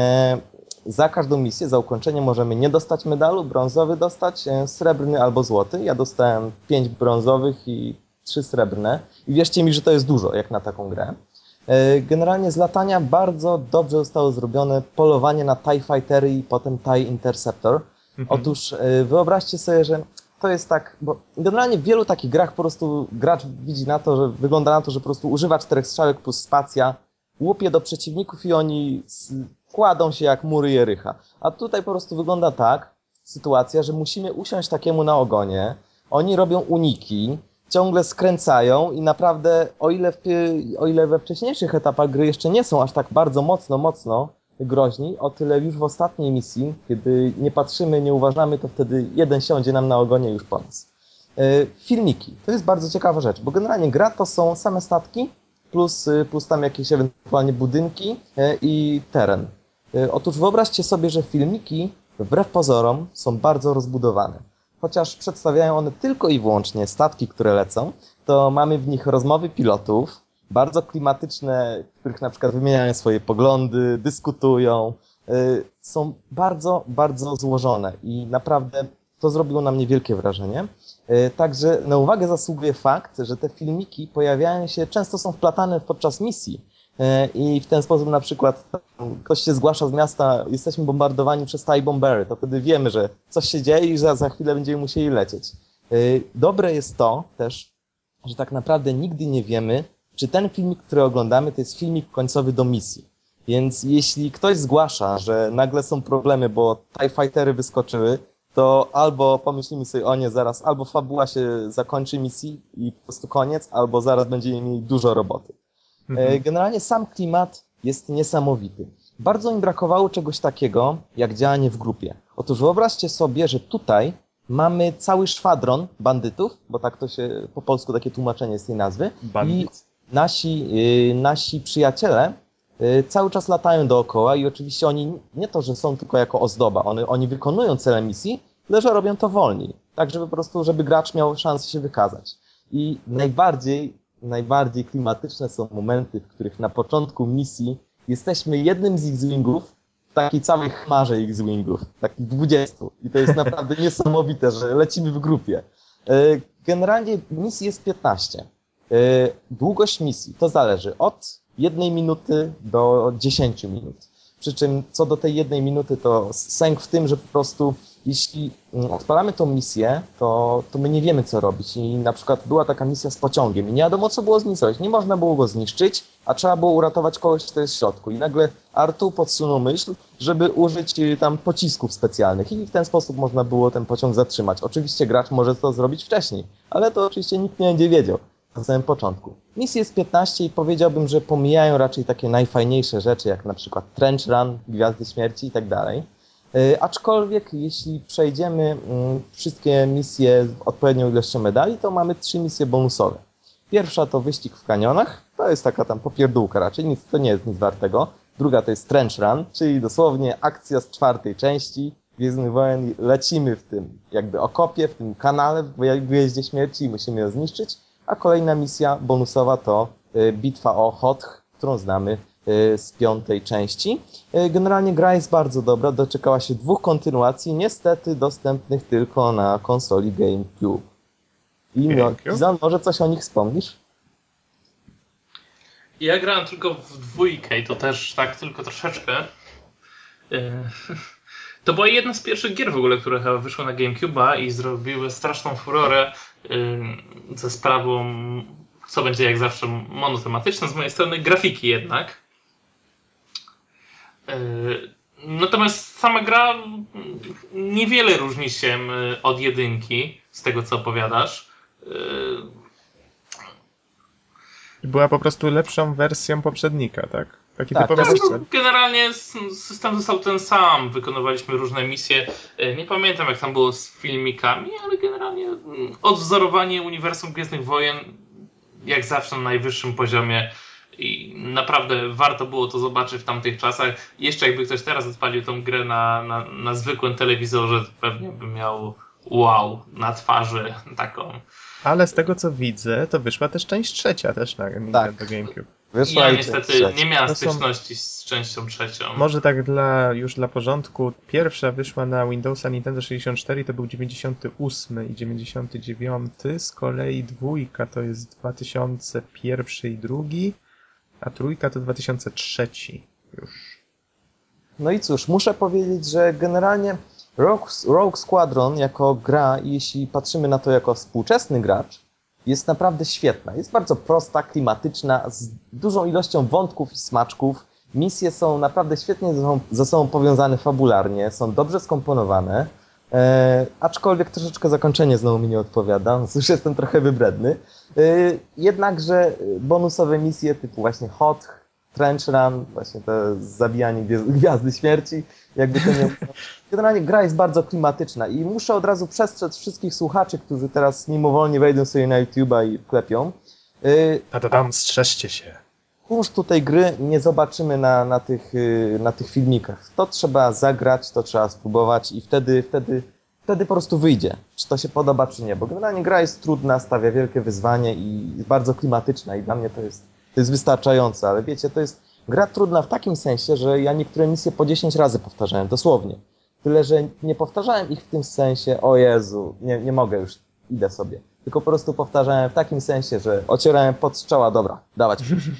za każdą misję, za ukończenie możemy nie dostać medalu, brązowy dostać, srebrny albo złoty. Ja dostałem 5 brązowych i 3 srebrne i wierzcie mi, że to jest dużo jak na taką grę. Generalnie z latania bardzo dobrze zostało zrobione polowanie na TIE Fightery i potem TIE Interceptor. Otóż wyobraźcie sobie, że to jest tak, bo generalnie w wielu takich grach po prostu gracz widzi na to, że wygląda na to, że po prostu używa 4 strzałek plus spacja, łupie do przeciwników i oni kładą się jak mury Jericha. A tutaj po prostu wygląda tak sytuacja, że musimy usiąść takiemu na ogonie, oni robią uniki, ciągle skręcają i naprawdę, o ile we wcześniejszych etapach gry jeszcze nie są aż tak bardzo mocno groźni, o tyle już w ostatniej misji, kiedy nie patrzymy, nie uważamy, to wtedy jeden siądzie nam na ogonie już po nas. Filmiki. To jest bardzo ciekawa rzecz, bo generalnie gra to są same statki, plus tam jakieś ewentualnie budynki i teren. Otóż wyobraźcie sobie, że filmiki wbrew pozorom są bardzo rozbudowane. Chociaż przedstawiają one tylko i wyłącznie statki, które lecą, to mamy w nich rozmowy pilotów, bardzo klimatyczne, w których na przykład wymieniają swoje poglądy, dyskutują. Są bardzo złożone i naprawdę to zrobiło na mnie wielkie wrażenie. Także na uwagę zasługuje fakt, że te filmiki pojawiają się, często są wplatane podczas misji. I w ten sposób na przykład ktoś się zgłasza z miasta, jesteśmy bombardowani przez TIE Bombery, to wtedy wiemy, że coś się dzieje i że za chwilę będziemy musieli lecieć. Dobre jest to też, że tak naprawdę nigdy nie wiemy, czy ten filmik, który oglądamy, to jest filmik końcowy do misji. Więc jeśli ktoś zgłasza, że nagle są problemy, bo TIE Fightery wyskoczyły, to albo pomyślimy sobie, o nie, zaraz, albo fabuła się zakończy misji i po prostu koniec, albo zaraz będziemy mieli dużo roboty. Generalnie sam klimat jest niesamowity. Bardzo mi brakowało czegoś takiego, jak działanie w grupie. Otóż wyobraźcie sobie, że tutaj mamy cały szwadron bandytów, bo tak to się po polsku takie tłumaczenie jest tej nazwy. Bandit. I nasi przyjaciele cały czas latają dookoła i oczywiście oni nie to, że są tylko jako ozdoba, oni wykonują cele misji, lecz robią to wolniej. Tak, żeby po prostu, żeby gracz miał szansę się wykazać. I najbardziej klimatyczne są momenty, w których na początku misji jesteśmy jednym z X-Wingów w takiej całej chmarze X-Wingów, takich 20. I to jest naprawdę niesamowite, że lecimy w grupie. Generalnie misji jest 15. Długość misji to zależy od 1 minuty do 10 minut. Przy czym co do tej 1 minuty to sęk w tym, że po prostu jeśli odpalamy tą misję, to my nie wiemy, co robić. I na przykład była taka misja z pociągiem i nie wiadomo, co było z nim zrobić. Nie można było go zniszczyć, a trzeba było uratować kogoś, kto jest w środku. I nagle Artu podsunął myśl, żeby użyć tam pocisków specjalnych i w ten sposób można było ten pociąg zatrzymać. Oczywiście gracz może to zrobić wcześniej, ale to oczywiście nikt nie będzie wiedział na samym początku. Misji jest 15 i powiedziałbym, że pomijają raczej takie najfajniejsze rzeczy, jak na przykład Trench Run, Gwiazdy Śmierci i tak dalej. Aczkolwiek jeśli przejdziemy wszystkie misje z odpowiednią ilością medali, to mamy 3 misje bonusowe. Pierwsza to wyścig w kanionach, to jest taka tam popierdółka raczej, to nie jest nic wartego. Druga to jest Trench Run, czyli dosłownie akcja z 4. części Gwiezdnych Wojen. Lecimy w tym jakby okopie, w tym kanale w Gwieździe Śmierci i musimy ją zniszczyć. A kolejna misja bonusowa to bitwa o Hoth, którą znamy z 5. części. Generalnie gra jest bardzo dobra, doczekała się 2 kontynuacji, niestety dostępnych tylko na konsoli GameCube. I Kizan, może coś o nich wspomnisz? Ja grałem tylko w 2 i to też tak tylko troszeczkę. To była jedna z pierwszych gier w ogóle, które chyba wyszły na GameCube'a i zrobiły straszną furorę ze sprawą, co będzie jak zawsze monotematyczne z mojej strony, grafiki jednak. Natomiast sama gra niewiele różni się od 1, z tego co opowiadasz. Była po prostu lepszą wersją poprzednika, tak? Taki Tak, typowy western. Generalnie system został ten sam, wykonywaliśmy różne misje. Nie pamiętam jak tam było z filmikami, ale generalnie odwzorowanie uniwersum Gwiezdnych Wojen jak zawsze na najwyższym poziomie i naprawdę warto było to zobaczyć w tamtych czasach. Jeszcze jakby ktoś teraz odpalił tą grę na zwykłym telewizorze, to pewnie by miał wow na twarzy taką. Ale z tego co widzę, to wyszła też część 3 też na Nintendo GameCube. Wyszła Ja i niestety część nie miałem To są- styczności z częścią 3. Może tak już dla porządku, pierwsza wyszła na Windowsa Nintendo 64, to był 98 i 99, z kolei 2 to jest 2001 i 2, a 3 to 2003 już. No i cóż, muszę powiedzieć, że generalnie Rogue Squadron jako gra, jeśli patrzymy na to jako współczesny gracz, jest naprawdę świetna. Jest bardzo prosta, klimatyczna, z dużą ilością wątków i smaczków. Misje są naprawdę świetnie ze sobą powiązane fabularnie, są dobrze skomponowane, aczkolwiek troszeczkę zakończenie znowu mi nie odpowiada, już jestem trochę wybredny. Jednakże bonusowe misje typu właśnie Hoth, Trench Run, właśnie to zabijanie Gwiazdy Śmierci, jakby to nie... Generalnie gra jest bardzo klimatyczna i muszę od razu przestrzec wszystkich słuchaczy, którzy teraz mimowolnie wejdą sobie na YouTube'a i klepią. Strzeżcie się. Kunszt tej gry nie zobaczymy na tych filmikach. To trzeba zagrać, to trzeba spróbować i wtedy po prostu wyjdzie, czy to się podoba, czy nie. Bo generalnie gra jest trudna, stawia wielkie wyzwanie i jest bardzo klimatyczna i dla mnie to jest wystarczające. Ale wiecie, to jest gra trudna w takim sensie, że ja niektóre misje po 10 razy powtarzałem, dosłownie. Tyle, że nie powtarzałem ich w tym sensie, o Jezu, nie mogę już, idę sobie. Tylko po prostu powtarzałem w takim sensie, że ocierałem pod z czoła, dobra, dawać.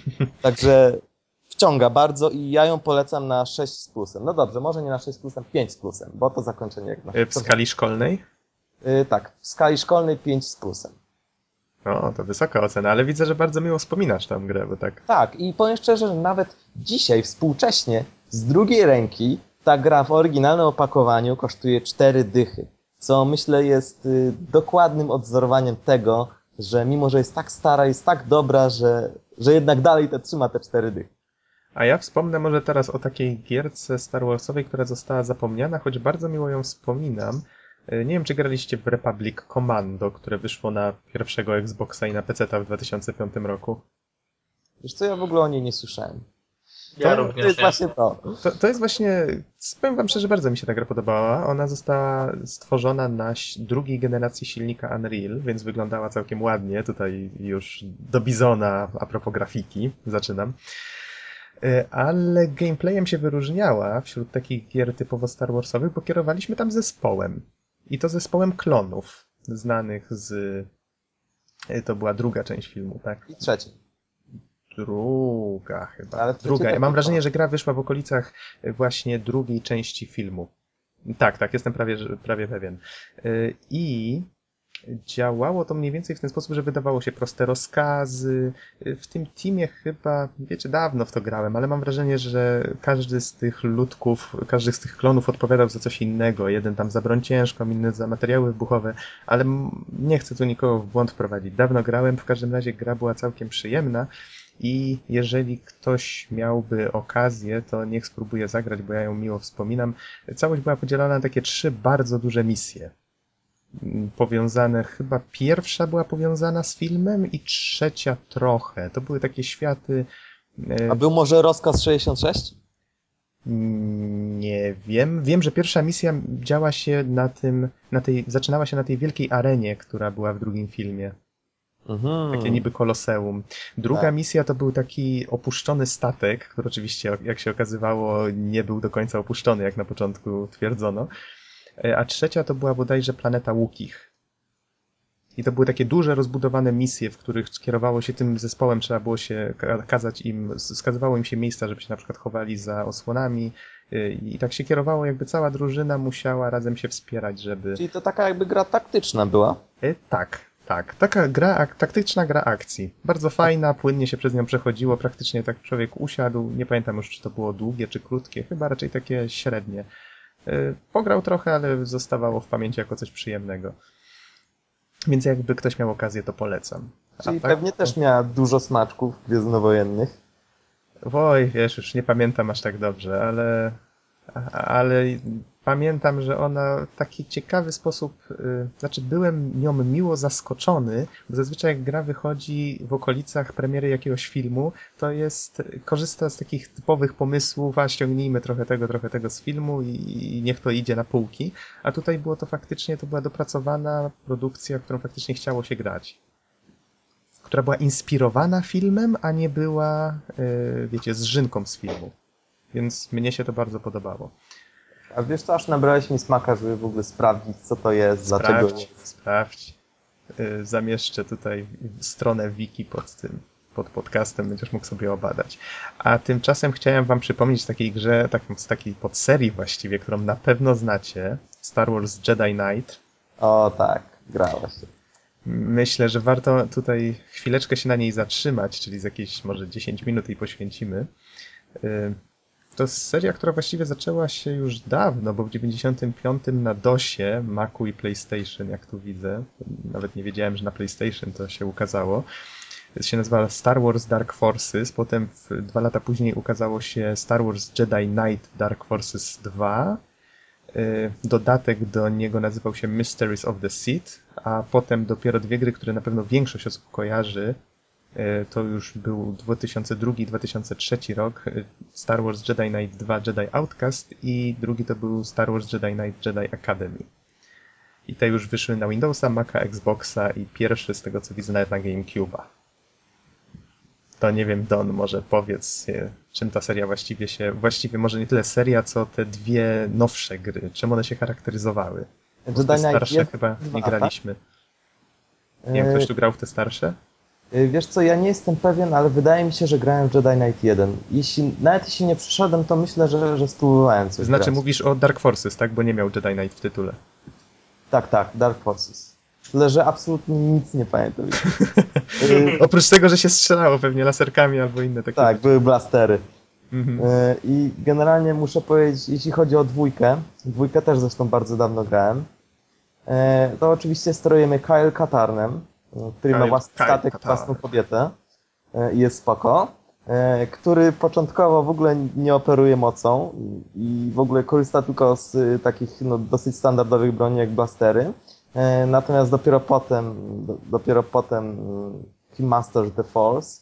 Także wciąga bardzo i ja ją polecam na 6 z plusem. No dobrze, może nie na 6 z plusem, 5 z plusem, bo to zakończenie jak na... W skali szkolnej? Tak, w skali szkolnej 5 z plusem. O, to wysoka ocena, ale widzę, że bardzo miło wspominasz tę grę, bo tak... Tak, i powiem szczerze, że nawet dzisiaj, współcześnie, z drugiej ręki, ta gra w oryginalnym opakowaniu kosztuje 4 dychy. Co myślę jest dokładnym odzorowaniem tego, że mimo, że jest tak stara, jest tak dobra, że jednak dalej trzyma te 4 dychy. A ja wspomnę może teraz o takiej gierce Star Warsowej, która została zapomniana, choć bardzo miło ją wspominam. Nie wiem, czy graliście w Republic Commando, które wyszło na pierwszego Xboxa i na PC-ta w 2005 roku. Wiesz co, ja w ogóle o niej nie słyszałem. Ja To również jest nie. właśnie to. To jest właśnie, powiem wam szczerze, bardzo mi się ta gra podobała. Ona została stworzona na drugiej generacji silnika Unreal, więc wyglądała całkiem ładnie. Tutaj już do bizona, a propos grafiki, zaczynam. Ale gameplayem się wyróżniała wśród takich gier typowo Star Warsowych, bo kierowaliśmy tam zespołem. I to zespołem klonów, znanych z... To była druga część filmu, tak? I trzeci. Druga chyba. Ale Druga. Ja tak mam wyszło. wrażenie, że gra wyszła w okolicach właśnie drugiej części filmu. Tak, jestem prawie pewien. I działało to mniej więcej w ten sposób, że wydawało się proste rozkazy. W tym teamie chyba, wiecie, dawno w to grałem, ale mam wrażenie, że każdy z tych ludków, każdy z tych klonów odpowiadał za coś innego. Jeden tam za broń ciężką, inny za materiały wybuchowe, ale nie chcę tu nikogo w błąd wprowadzić. Dawno grałem, w każdym razie gra była całkiem przyjemna i jeżeli ktoś miałby okazję, to niech spróbuje zagrać, bo ja ją miło wspominam. Całość była podzielona na takie 3 bardzo duże misje. Powiązane, chyba pierwsza była powiązana z filmem i trzecia trochę. To były takie światy... A był może rozkaz 66? Nie wiem. Wiem, że pierwsza misja działa się zaczynała się na tej wielkiej arenie, która była w drugim filmie. Takie niby koloseum. Druga misja to był taki opuszczony statek, który oczywiście, jak się okazywało, nie był do końca opuszczony, jak na początku twierdzono. A trzecia to była bodajże planeta Łukich. I to były takie duże, rozbudowane misje, w których kierowało się tym zespołem, trzeba było się wskazywało im się miejsca, żeby się na przykład chowali za osłonami i tak się kierowało, jakby cała drużyna musiała razem się wspierać, żeby... Czyli to taka jakby gra taktyczna była? Tak. Taka taktyczna gra akcji. Bardzo fajna, płynnie się przez nią przechodziło, praktycznie tak człowiek usiadł, nie pamiętam już, czy to było długie, czy krótkie, chyba raczej takie średnie. Pograł trochę, ale zostawało w pamięci jako coś przyjemnego. Więc jakby ktoś miał okazję, to polecam. Czyli pewnie też miała dużo smaczków gwiezdnowojennych. Oj, wiesz, już nie pamiętam aż tak dobrze, ale pamiętam, że ona w taki ciekawy sposób, znaczy byłem nią miło zaskoczony, bo zazwyczaj jak gra wychodzi w okolicach premiery jakiegoś filmu, to korzysta z takich typowych pomysłów, a ściągnijmy trochę tego z filmu i niech to idzie na półki, a tutaj było to faktycznie, to była dopracowana produkcja, w którą faktycznie chciało się grać. Która była inspirowana filmem, a nie była, wiecie, zżynką z filmu. Więc mnie się to bardzo podobało. A wiesz co, aż nabrałeś mi smaka, żeby w ogóle sprawdzić, co to jest, dlaczego jest. Sprawdź. Zamieszczę tutaj stronę wiki pod podcastem, będziesz mógł sobie obadać. A tymczasem chciałem wam przypomnieć o takiej grze, z takiej podserii właściwie, którą na pewno znacie, Star Wars Jedi Knight. O tak, grałeś. Myślę, że warto tutaj chwileczkę się na niej zatrzymać, czyli z jakieś może 10 minut jej poświęcimy. To jest seria, która właściwie zaczęła się już dawno, bo w 95 na DOSie, Macu i PlayStation, jak tu widzę. Nawet nie wiedziałem, że na PlayStation to się ukazało. To się nazywa Star Wars Dark Forces, potem 2 lata później ukazało się Star Wars Jedi Knight Dark Forces 2. Dodatek do niego nazywał się Mysteries of the Sith, a potem dopiero 2 gry, które na pewno większość osób kojarzy. To już był 2002-2003 rok, Star Wars Jedi Knight 2 Jedi Outcast i drugi to był Star Wars Jedi Knight Jedi Academy. I te już wyszły na Windowsa, Maca, Xboxa i pierwszy z tego co widzę nawet na GameCube'a. To nie wiem, Don, może powiedz, czym ta seria właściwie może nie tyle seria, co te 2 nowsze gry, czym one się charakteryzowały. Bo te starsze chyba nie graliśmy. Nie wiem, ktoś tu grał w te starsze? Wiesz co, ja nie jestem pewien, ale wydaje mi się, że grałem w Jedi Knight 1. Nawet jeśli nie przeszedłem, to myślę, że spróbowałem coś Znaczy grać. mówisz o Dark Forces, tak? Bo nie miał Jedi Knight w tytule. Tak, Dark Forces. Tyle, że absolutnie nic nie pamiętam. Oprócz tego, że się strzelało pewnie laserkami albo inne takie Tak, rzeczy. były blastery. Mhm. I generalnie muszę powiedzieć, jeśli chodzi o dwójkę też zresztą bardzo dawno grałem, to oczywiście sterujemy Kyle Katarnem, który ma własny statek, Katarn. własną kobietę i jest spoko, który początkowo w ogóle nie operuje mocą i w ogóle korzysta tylko z takich dosyć standardowych broni jak blastery. Natomiast dopiero potem he masters the force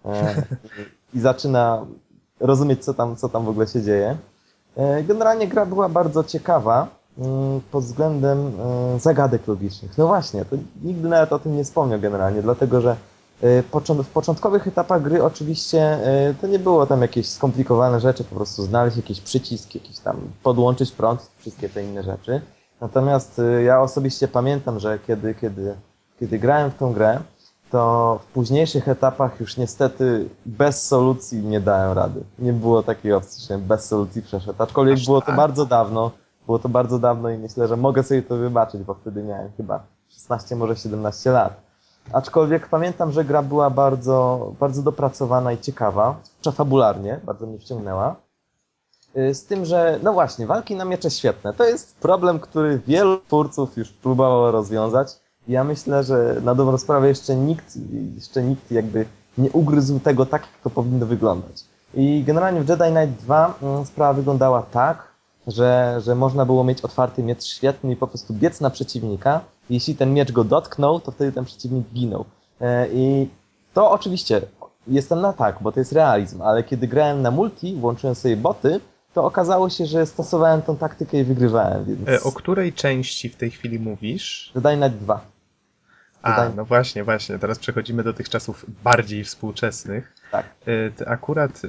i zaczyna rozumieć, co tam w ogóle się dzieje. Generalnie gra była bardzo ciekawa pod względem zagadek logicznych. No właśnie, to nigdy nawet o tym nie wspomniał generalnie, dlatego że w początkowych etapach gry oczywiście to nie było tam jakieś skomplikowane rzeczy, po prostu znaleźć jakiś przycisk, jakiś tam podłączyć prąd, wszystkie te inne rzeczy. Natomiast ja osobiście pamiętam, że kiedy grałem w tą grę, to w późniejszych etapach już niestety bez solucji nie dałem rady. Nie było takiej opcji, że bez solucji przeszedł. Aczkolwiek było to bardzo dawno, Było to bardzo dawno i myślę, że mogę sobie to wybaczyć, bo wtedy miałem chyba 16, może 17 lat. Aczkolwiek pamiętam, że gra była bardzo, bardzo dopracowana i ciekawa, fabularnie, bardzo mnie wciągnęła. Z tym, że no właśnie, walki na miecze świetne. To jest problem, który wielu twórców już próbowało rozwiązać. I ja myślę, że na dobrą sprawę jeszcze nikt jakby nie ugryzł tego tak, jak to powinno wyglądać. I generalnie w Jedi Knight 2 sprawa wyglądała tak, że można było mieć otwarty miecz świetny i po prostu biec na przeciwnika. Jeśli ten miecz go dotknął, to wtedy ten przeciwnik ginął. I to oczywiście jestem na tak, bo to jest realizm, ale kiedy grałem na multi, włączyłem sobie boty, to okazało się, że stosowałem tą taktykę i wygrywałem, więc... O której części w tej chwili mówisz? Jedi Knight 2. No właśnie, teraz przechodzimy do tych czasów bardziej współczesnych. Tak. Akurat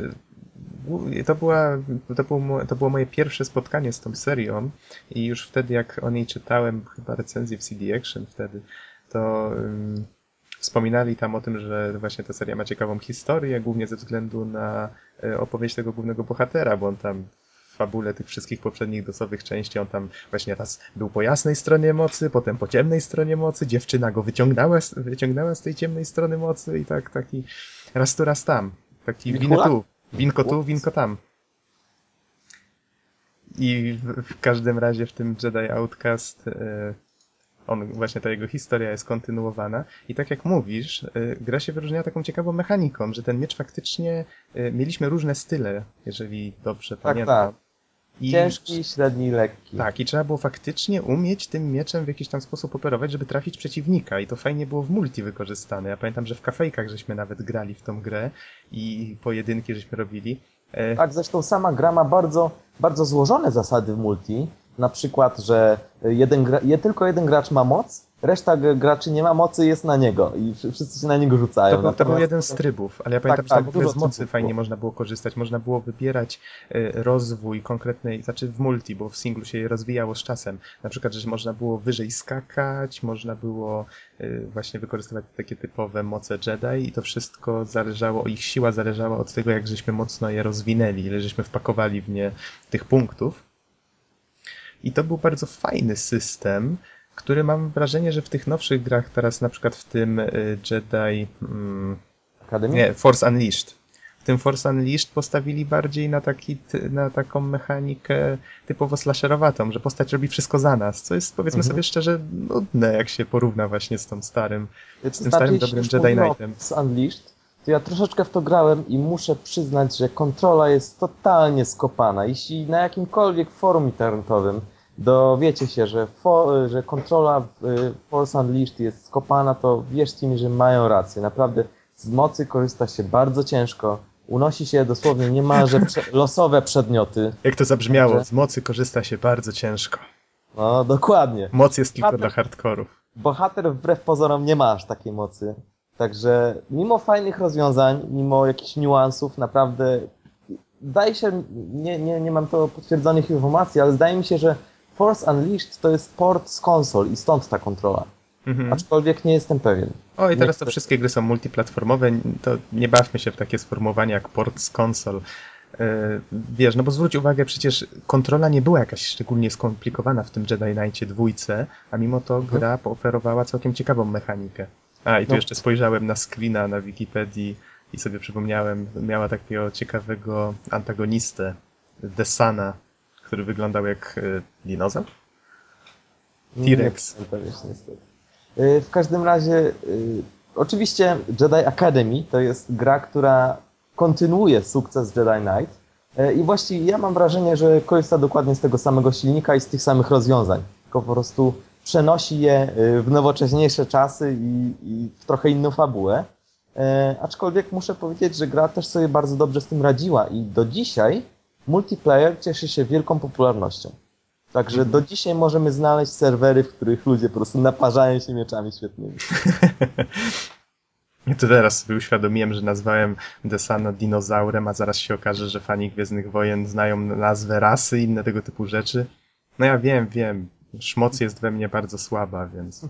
to było moje pierwsze spotkanie z tą serią i już wtedy, jak o niej czytałem, chyba recenzję w CD Action wtedy, to wspominali tam o tym, że właśnie ta seria ma ciekawą historię, głównie ze względu na opowieść tego głównego bohatera, bo on tam w fabule tych wszystkich poprzednich dosowych części, on tam właśnie raz był po jasnej stronie mocy, potem po ciemnej stronie mocy, dziewczyna go wyciągnęła z tej ciemnej strony mocy i taki raz tu, raz tam. Taki winko tu, winko tam. I w każdym razie w tym Jedi Outcast właśnie ta jego historia jest kontynuowana i tak jak mówisz, gra się wyróżnia taką ciekawą mechaniką, że ten miecz faktycznie mieliśmy różne style, jeżeli dobrze pamiętam. Tak. Ciężki, średni, lekki. Tak, i trzeba było faktycznie umieć tym mieczem w jakiś tam sposób operować, żeby trafić przeciwnika i to fajnie było w multi wykorzystane. Ja pamiętam, że w kafejkach żeśmy nawet grali w tą grę i pojedynki żeśmy robili. Tak, zresztą sama gra ma bardzo, bardzo złożone zasady w multi. Na przykład, że tylko jeden gracz ma moc, reszta graczy nie ma mocy, jest na niego i wszyscy się na niego rzucają. To był jeden z trybów, ale ja pamiętam, że tam w ogóle z mocy fajnie było. można było korzystać. Można było wybierać rozwój konkretnej, znaczy w multi, bo w singlu się je rozwijało z czasem. Na przykład, że można było wyżej skakać, można było właśnie wykorzystywać takie typowe moce Jedi i to wszystko zależało, ich siła zależała od tego, jak żeśmy mocno je rozwinęli, ile żeśmy wpakowali w nie tych punktów. I to był bardzo fajny system, który mam wrażenie, że w tych nowszych grach, teraz na przykład w tym Jedi... Academy? Nie, Force Unleashed. W tym Force Unleashed postawili bardziej na taką mechanikę typowo slasherowatą, że postać robi wszystko za nas, co jest, powiedzmy sobie szczerze, nudne, jak się porówna właśnie z tym starym dobrym Jedi Knightem. Force Unleashed, to ja troszeczkę w to grałem i muszę przyznać, że kontrola jest totalnie skopana. Jeśli na jakimkolwiek forum internetowym dowiecie się, że kontrola w Force Unleashed jest skopana, to wierzcie mi, że mają rację. Naprawdę z mocy korzysta się bardzo ciężko. Unosi się dosłownie niemalże losowe przedmioty. Jak to zabrzmiało, z mocy korzysta się bardzo ciężko. No, dokładnie. Moc jest tylko dla hardkorów. Bohater wbrew pozorom nie ma aż takiej mocy. Także mimo fajnych rozwiązań, mimo jakichś niuansów, naprawdę zdaje się, nie mam to potwierdzonych informacji, ale zdaje mi się, że Force Unleashed to jest port z konsol i stąd ta kontrola. Aczkolwiek nie jestem pewien. O, i teraz to wszystkie gry są multiplatformowe, to nie bawmy się w takie sformułowania jak port z konsol. Wiesz, no bo zwróć uwagę, przecież kontrola nie była jakaś szczególnie skomplikowana w tym Jedi Knightie 2, a mimo to gra pooferowała całkiem ciekawą mechanikę. I tu jeszcze spojrzałem na screena na Wikipedii i sobie przypomniałem, miała takiego ciekawego antagonistę, Desana, który wyglądał jak dinozaur? T-Rex. W każdym razie, oczywiście Jedi Academy to jest gra, która kontynuuje sukces Jedi Knight i właściwie ja mam wrażenie, że korzysta dokładnie z tego samego silnika i z tych samych rozwiązań, tylko po prostu przenosi je w nowocześniejsze czasy i w trochę inną fabułę. Aczkolwiek muszę powiedzieć, że gra też sobie bardzo dobrze z tym radziła i do dzisiaj multiplayer cieszy się wielką popularnością. Także do dzisiaj możemy znaleźć serwery, w których ludzie po prostu naparzają się mieczami świetnymi. Ja to teraz sobie uświadomiłem, że nazwałem Desana dinozaurem, a zaraz się okaże, że fani Gwiezdnych Wojen znają nazwę rasy i inne tego typu rzeczy. No ja wiem. Szmoc jest we mnie bardzo słaba, więc...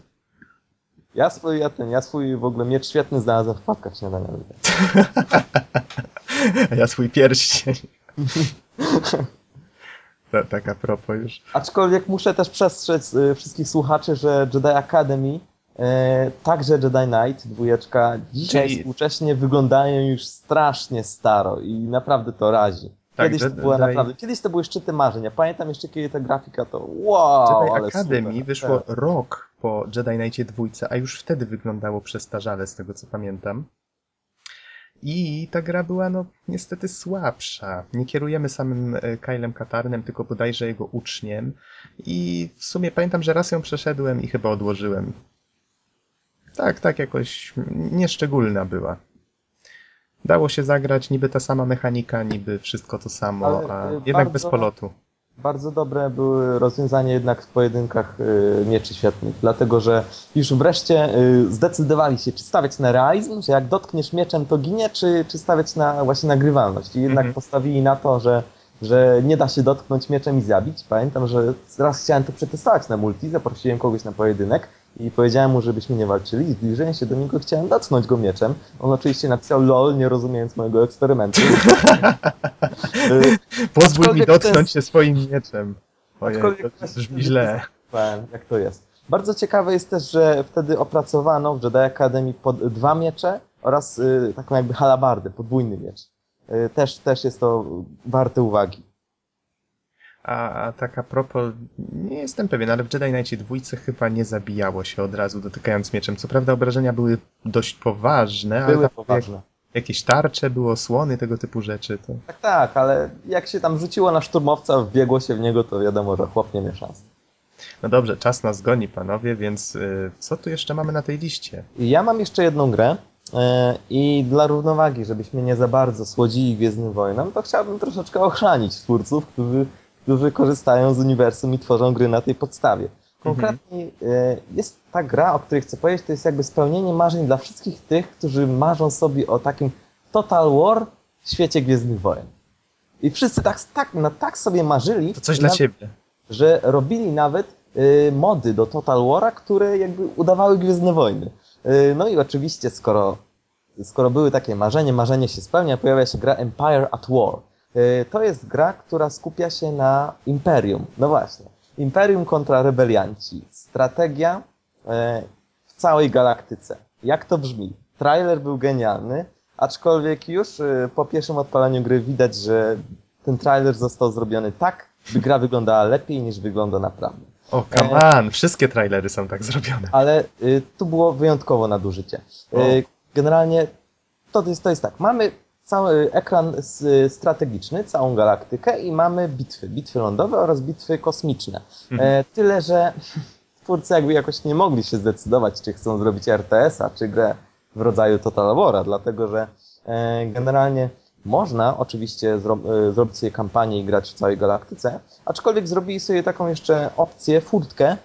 Ja swój w ogóle miecz świetny znalazłem w wpadkach śniadaniowych. A ja swój pierścień. Tak a propos już. Aczkolwiek muszę też przestrzec wszystkich słuchaczy, że Jedi Academy, także Jedi Knight, dwójeczka, dzisiaj współcześnie wyglądają już strasznie staro i naprawdę to razi. Tak, Kiedyś to były szczyty marzeń. Ja pamiętam jeszcze, kiedy ta grafika to wow, Jedi ale Academy super. wyszło rok po Jedi Knightie 2, a już wtedy wyglądało przestarzale, z tego co pamiętam. I ta gra była, no, niestety słabsza. Nie kierujemy samym Kylem Katarnem, tylko bodajże jego uczniem. I w sumie pamiętam, że raz ją przeszedłem i chyba odłożyłem. Tak jakoś nieszczególna była. Dało się zagrać, niby ta sama mechanika, niby wszystko to samo, Ale, a jednak bez polotu. Bardzo dobre były rozwiązania jednak w pojedynkach mieczy świetnych, dlatego że już wreszcie zdecydowali się, czy stawiać na realizm, że jak dotkniesz mieczem to ginie, czy stawiać na właśnie nagrywalność. I jednak postawili na to, że nie da się dotknąć mieczem i zabić. Pamiętam, że raz chciałem to przetestować na multi, zaprosiłem kogoś na pojedynek i powiedziałem mu, żebyśmy nie walczyli. Zbliżyłem się do niego, chciałem dotknąć go mieczem. On oczywiście napisał LOL, nie rozumiejąc mojego eksperymentu. Pozwól mi dotknąć się swoim mieczem. Ojej, to brzmi źle. Jak to jest. Bardzo ciekawe jest też, że wtedy opracowano w Jedi Academy dwa miecze oraz taką jakby halabardę, podwójny miecz. Też jest to warte uwagi. A tak a propos, nie jestem pewien, ale w Jedi Knightie 2 chyba nie zabijało się od razu dotykając mieczem. Co prawda obrażenia były dość poważne, ale poważne. Jakieś tarcze, były osłony, tego typu rzeczy. To... Tak, ale jak się tam rzuciło na szturmowca, wbiegło się w niego, to wiadomo, że chłop nie miał szans. No dobrze, czas nas goni, panowie, więc co tu jeszcze mamy na tej liście? Ja mam jeszcze jedną grę i dla równowagi, żebyśmy nie za bardzo słodzili Gwiezdnym Wojnom, to chciałbym troszeczkę ochronić twórców, którzy korzystają z uniwersum i tworzą gry na tej podstawie. Konkretnie jest ta gra, o której chcę powiedzieć, to jest jakby spełnienie marzeń dla wszystkich tych, którzy marzą sobie o takim Total War w świecie Gwiezdnych Wojen. I wszyscy tak sobie marzyli, To coś dla ciebie. że robili nawet mody do Total War'a, które jakby udawały Gwiezdne Wojny. No i oczywiście, skoro były takie marzenie się spełnia, pojawia się gra Empire at War. To jest gra, która skupia się na Imperium. No właśnie. Imperium kontra rebelianci. Strategia w całej galaktyce. Jak to brzmi? Trailer był genialny, aczkolwiek już po pierwszym odpalaniu gry widać, że ten trailer został zrobiony tak, by gra wyglądała lepiej niż wygląda naprawdę. O, come on! Wszystkie trailery są tak zrobione. Ale tu było wyjątkowo nadużycie. Generalnie to jest tak. Mamy cały ekran strategiczny, całą galaktykę i mamy bitwy lądowe oraz bitwy kosmiczne. Tyle, że twórcy jakby jakoś nie mogli się zdecydować, czy chcą zrobić RTS-a, czy grę w rodzaju Total War'a, dlatego że generalnie można oczywiście zrobić sobie kampanię i grać w całej galaktyce, aczkolwiek zrobili sobie taką jeszcze opcję, furtkę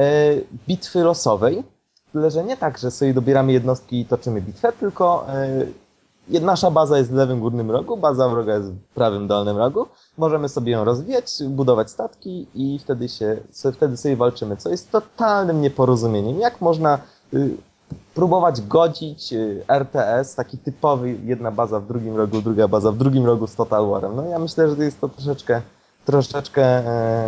bitwy losowej, tyle, że nie tak, że sobie dobieramy jednostki i toczymy bitwę, tylko nasza baza jest w lewym górnym rogu, baza wroga jest w prawym dolnym rogu. Możemy sobie ją rozwijać, budować statki i wtedy sobie walczymy, co jest totalnym nieporozumieniem. Jak można próbować godzić RTS, taki typowy, jedna baza w drugim rogu, druga baza w drugim rogu z Total War'em. No ja myślę, że to jest to troszeczkę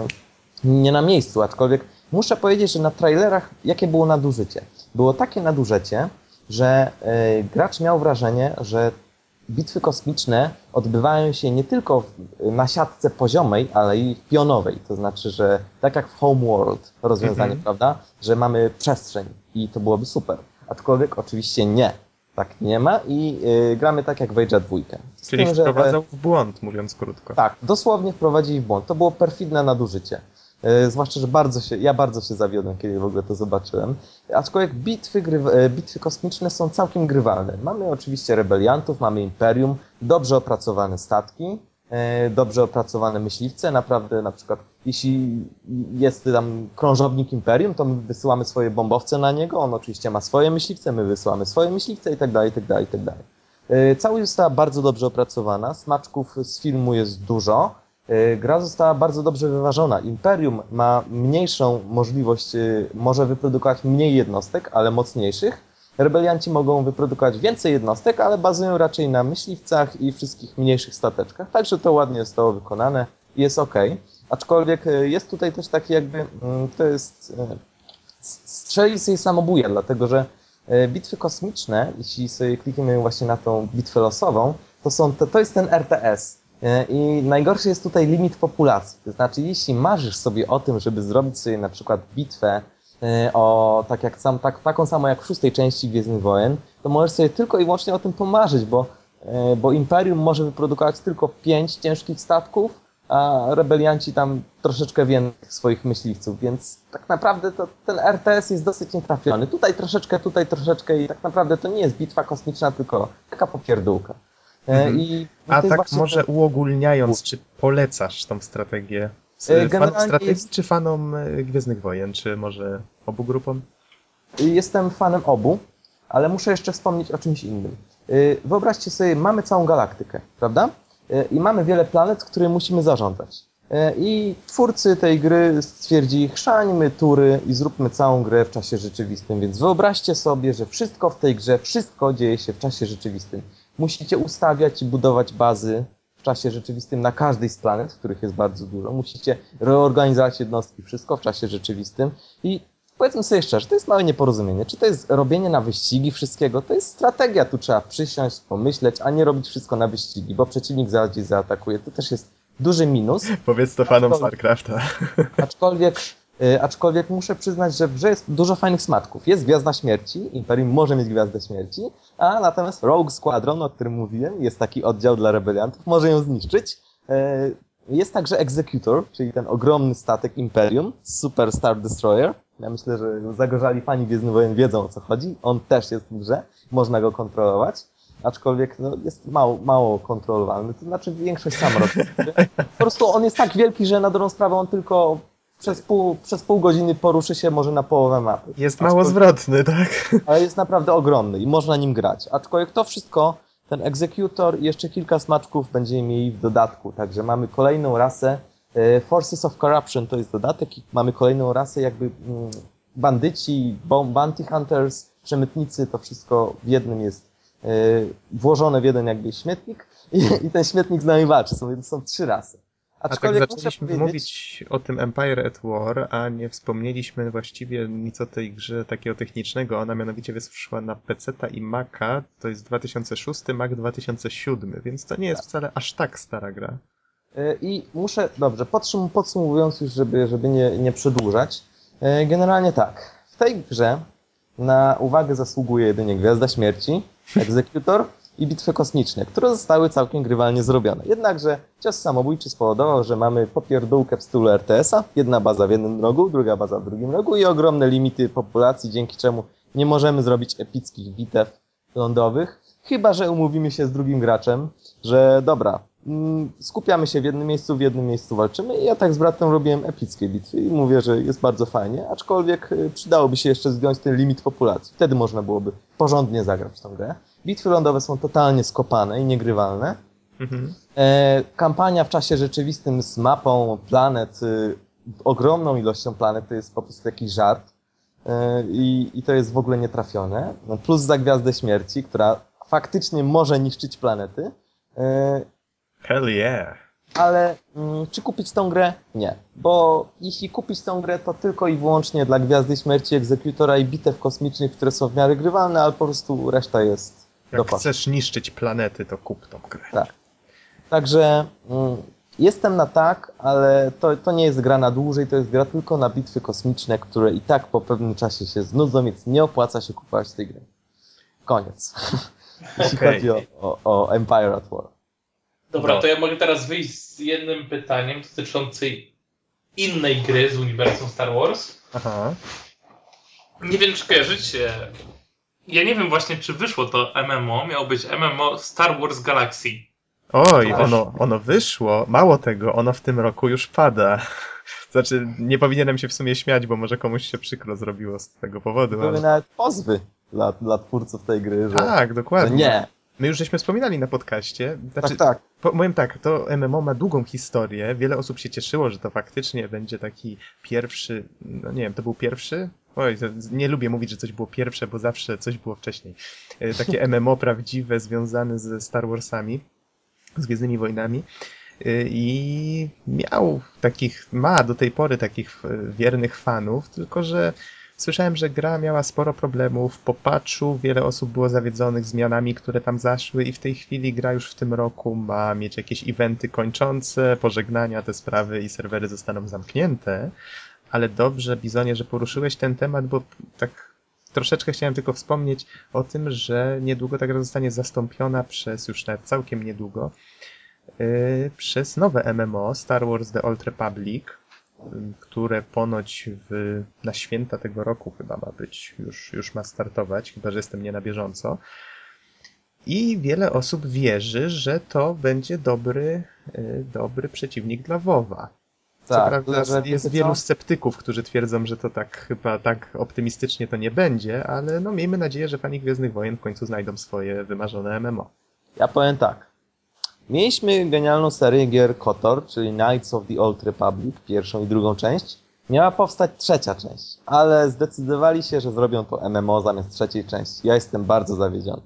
nie na miejscu, aczkolwiek muszę powiedzieć, że na trailerach jakie było nadużycie? Było takie nadużycie, że gracz miał wrażenie, że bitwy kosmiczne odbywają się nie tylko na siatce poziomej, ale i pionowej. To znaczy, że tak jak w Homeworld rozwiązanie, prawda, że mamy przestrzeń i to byłoby super. Aczkolwiek oczywiście nie. Tak nie ma i gramy tak jak w Age'a 2. Czyli wprowadzał w błąd, mówiąc krótko. Tak, dosłownie wprowadzili w błąd. To było perfidne nadużycie. Zwłaszcza, że ja bardzo się zawiodłem, kiedy w ogóle to zobaczyłem. Aczkolwiek bitwy kosmiczne są całkiem grywalne. Mamy oczywiście rebeliantów, mamy imperium, dobrze opracowane statki, dobrze opracowane myśliwce. Naprawdę, na przykład, jeśli jest tam krążownik imperium, to my wysyłamy swoje bombowce na niego, on oczywiście ma swoje myśliwce, my wysyłamy swoje myśliwce i tak dalej, i tak dalej, i tak dalej. Całość została bardzo dobrze opracowana, smaczków z filmu jest dużo. Gra została bardzo dobrze wyważona. Imperium ma mniejszą możliwość, może wyprodukować mniej jednostek, ale mocniejszych. Rebelianci mogą wyprodukować więcej jednostek, ale bazują raczej na myśliwcach i wszystkich mniejszych stateczkach. Także to ładnie zostało wykonane i jest ok. Aczkolwiek jest tutaj też taki jakby, to jest strzeli sobie samobuja, dlatego że bitwy kosmiczne, jeśli sobie klikniemy właśnie na tą bitwę losową, to jest ten RTS. I najgorszy jest tutaj limit populacji. To znaczy, jeśli marzysz sobie o tym, żeby zrobić sobie na przykład bitwę taką samą jak w 6. części Gwiezdnych Wojen, to możesz sobie tylko i wyłącznie o tym pomarzyć, bo Imperium może wyprodukować tylko 5 ciężkich statków, a rebelianci tam troszeczkę więcej swoich myśliwców, więc tak naprawdę ten RTS jest dosyć nietrafiony. Tutaj troszeczkę i tak naprawdę to nie jest bitwa kosmiczna, tylko taka popierdółka. I A to jest tak właśnie może uogólniając, czy polecasz tą strategię fanom generalnie strategii, czy fanom Gwiezdnych Wojen, czy może obu grupom? Jestem fanem obu, ale muszę jeszcze wspomnieć o czymś innym. Wyobraźcie sobie, mamy całą galaktykę, prawda? I mamy wiele planet, które musimy zarządzać. I twórcy tej gry stwierdzili, chrzanźmy tury i zróbmy całą grę w czasie rzeczywistym. Więc wyobraźcie sobie, że wszystko w tej grze, wszystko dzieje się w czasie rzeczywistym. Musicie ustawiać i budować bazy w czasie rzeczywistym na każdej z planet, których jest bardzo dużo. Musicie reorganizować jednostki, wszystko w czasie rzeczywistym. I powiedzmy sobie szczerze, to jest małe nieporozumienie. Czy to jest robienie na wyścigi wszystkiego? To jest strategia, tu trzeba przysiąść, pomyśleć, a nie robić wszystko na wyścigi, bo przeciwnik zaraz gdzieś zaatakuje. To też jest duży minus. Powiedz to fanom StarCrafta. Aczkolwiek muszę przyznać, że w grze jest dużo fajnych smaczków. Jest Gwiazda Śmierci, Imperium może mieć Gwiazdę Śmierci, a natomiast Rogue Squadron, o którym mówiłem, jest taki oddział dla rebeliantów, może ją zniszczyć. Jest także Executor, czyli ten ogromny statek Imperium, Super Star Destroyer. Ja myślę, że zagorzali fani Gwiezdnych Wojen wiedzą, o co chodzi. On też jest w grze, można go kontrolować. Aczkolwiek jest mało kontrolowalny, to znaczy większość sam robi. Po prostu on jest tak wielki, że na dobrą sprawę on tylko przez pół godziny poruszy się może na połowę mapy. Jest mało zwrotny, tak? Ale jest naprawdę ogromny i można nim grać. Aczkolwiek to wszystko, ten Executor i jeszcze kilka smaczków będziemy mieli w dodatku. Także mamy kolejną rasę. Forces of Corruption to jest dodatek i mamy kolejną rasę jakby bandyci, bounty hunters, przemytnicy, to wszystko w jednym jest włożone w jeden jakby śmietnik i ten śmietnik z nami walczy. Są 3 rasy. A tak Aczkolwiek zaczęliśmy mówić o tym Empire at War, a nie wspomnieliśmy właściwie nic o tej grze takiego technicznego. Ona mianowicie wyszła na PC-ta i Maca, to jest 2006, Mac 2007, więc to nie jest wcale aż tak stara gra. I muszę, dobrze, podsumowując już, żeby nie przedłużać, generalnie tak, w tej grze na uwagę zasługuje jedynie Gwiazda Śmierci, Executor i bitwy kosmiczne, które zostały całkiem grywalnie zrobione. Jednakże cios samobójczy spowodował, że mamy popierdółkę w stylu RTS-a, jedna baza w jednym rogu, druga baza w drugim rogu i ogromne limity populacji, dzięki czemu nie możemy zrobić epickich bitew lądowych, chyba że umówimy się z drugim graczem, że dobra, skupiamy się w jednym miejscu walczymy i ja tak z bratem robiłem epickie bitwy i mówię, że jest bardzo fajnie, aczkolwiek przydałoby się jeszcze zdjąć ten limit populacji. Wtedy można byłoby porządnie zagrać w tą grę. Bitwy lądowe są totalnie skopane i niegrywalne. Kampania w czasie rzeczywistym z mapą planet, ogromną ilością planet, to jest po prostu jakiś żart. I to jest w ogóle nietrafione. Plus za Gwiazdę Śmierci, która faktycznie może niszczyć planety. Hell yeah! Ale czy kupić tą grę? Nie. Bo jeśli kupić tą grę, to tylko i wyłącznie dla Gwiazdy Śmierci, Egzekutora i bitew kosmicznych, które są w miarę grywalne, ale po prostu reszta jest Jak do chcesz niszczyć planety, to kup tą grę. Tak. Także jestem na tak, ale to nie jest gra na dłużej, to jest gra tylko na bitwy kosmiczne, które i tak po pewnym czasie się znudzą, więc nie opłaca się kupować tej gry. Koniec. Jeśli chodzi o Empire at War. Dobra, to ja mogę teraz wyjść z jednym pytaniem dotyczącym innej gry z uniwersum Star Wars. Aha. Nie wiem, czy kojarzycie. Ja nie wiem właśnie, czy wyszło to MMO. Miało być MMO Star Wars Galaxy. Oj, ono wyszło. Mało tego, ono w tym roku już pada. Znaczy, nie powinienem się w sumie śmiać, bo może komuś się przykro zrobiło z tego powodu. Były Ale... nawet pozwy dla twórców tej gry, że, Tak, dokładnie. że nie. My już żeśmy wspominali na podcaście. Znaczy, Tak. Powiem tak, to MMO ma długą historię. Wiele osób się cieszyło, że to faktycznie będzie taki pierwszy, no nie wiem, to był pierwszy? Oj, nie lubię mówić, że coś było pierwsze, bo zawsze coś było wcześniej. Takie MMO prawdziwe, związane ze Star Warsami, z Gwiezdnymi Wojnami. i ma do tej pory takich wiernych fanów, tylko że słyszałem, że gra miała sporo problemów po patchu, wiele osób było zawiedzonych zmianami, które tam zaszły i w tej chwili gra już w tym roku ma mieć jakieś eventy kończące, pożegnania, te sprawy i serwery zostaną zamknięte. Ale dobrze, Bizonie, że poruszyłeś ten temat, bo tak troszeczkę chciałem tylko wspomnieć o tym, że niedługo ta gra zostanie zastąpiona już nawet całkiem niedługo, przez nowe MMO Star Wars The Old Republic, które ponoć na święta tego roku chyba ma być, już ma startować, chyba że jestem nie na bieżąco. I wiele osób wierzy, że to będzie dobry przeciwnik dla WoWa. Co Tak, prawda tyle, że jest wiecie wielu co? sceptyków, którzy twierdzą, że to chyba tak optymistycznie to nie będzie, ale no miejmy nadzieję, że fani Gwiezdnych Wojen w końcu znajdą swoje wymarzone MMO. Ja powiem tak. Mieliśmy genialną serię gier KOTOR, czyli Knights of the Old Republic, pierwszą i drugą część. Miała powstać trzecia część, ale zdecydowali się, że zrobią to MMO zamiast trzeciej części. Ja jestem bardzo zawiedziony.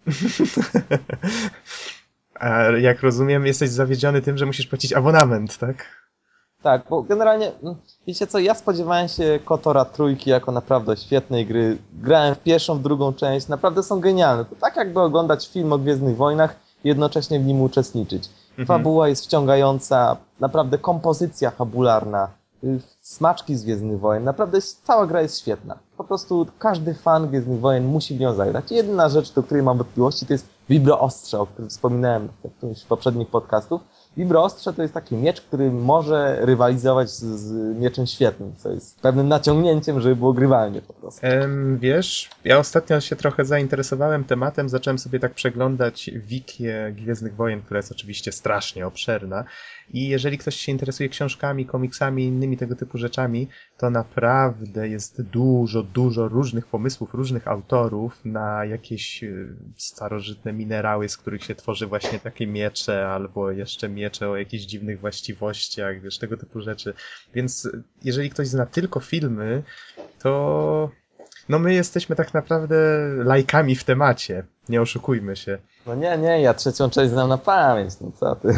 A jak rozumiem, jesteś zawiedziony tym, że musisz płacić abonament, tak? Tak, bo generalnie, wiecie co, ja spodziewałem się KOTORa trójki jako naprawdę świetnej gry. Grałem w pierwszą, w drugą część, naprawdę są genialne. To tak jakby oglądać film o Gwiezdnych Wojnach i jednocześnie w nim uczestniczyć. Fabuła jest wciągająca, naprawdę kompozycja fabularna, smaczki z Gwiezdnych Wojen, naprawdę cała gra jest świetna. Po prostu każdy fan Gwiezdnych Wojen musi w nią zagrać. Jedyna rzecz, do której mam wątpliwości, to jest wibroostrze, o którym wspominałem w którymś z poprzednich podcastów. Wibroostrze to jest taki miecz, który może rywalizować z mieczem świetnym, co jest pewnym naciągnięciem, żeby było grywalnie po prostu. Wiesz, ja ostatnio się trochę zainteresowałem tematem, zacząłem sobie tak przeglądać wikię Gwiezdnych Wojen, która jest oczywiście strasznie obszerna i jeżeli ktoś się interesuje książkami, komiksami i innymi tego typu rzeczami, to naprawdę jest dużo różnych pomysłów, różnych autorów na jakieś starożytne minerały, z których się tworzy właśnie takie miecze, albo jeszcze miecze o jakichś dziwnych właściwościach, wiesz, tego typu rzeczy. Więc jeżeli ktoś zna tylko filmy, to no my jesteśmy tak naprawdę lajkami w temacie. Nie oszukujmy się. No nie, ja trzecią część znam na pamięć, no co ty.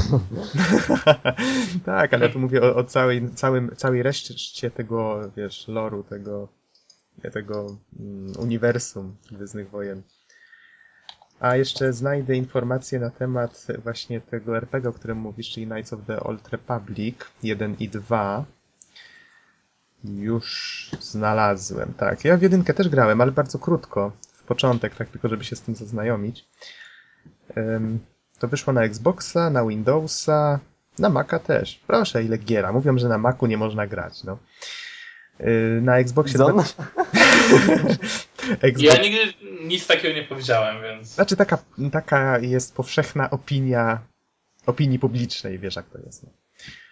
Tak, ale ja tu mówię o całej reszcie tego, wiesz, loru, tego uniwersum Gwiezdnych Wojen. A jeszcze znajdę informacje na temat właśnie tego RPG, o którym mówisz, czyli Knights of the Old Republic 1 i 2. Już znalazłem, tak. Ja w jedynkę też grałem, ale bardzo krótko. W początek, tak tylko żeby się z tym zaznajomić. To wyszło na Xboxa, na Windowsa, na Maca też. Proszę, ile giera. Mówią, że na Macu nie można grać, no. Na Xboxie... Ja nigdy nic takiego nie powiedziałem, więc... Znaczy taka jest powszechna opinia opinii publicznej, wiesz jak to jest. No.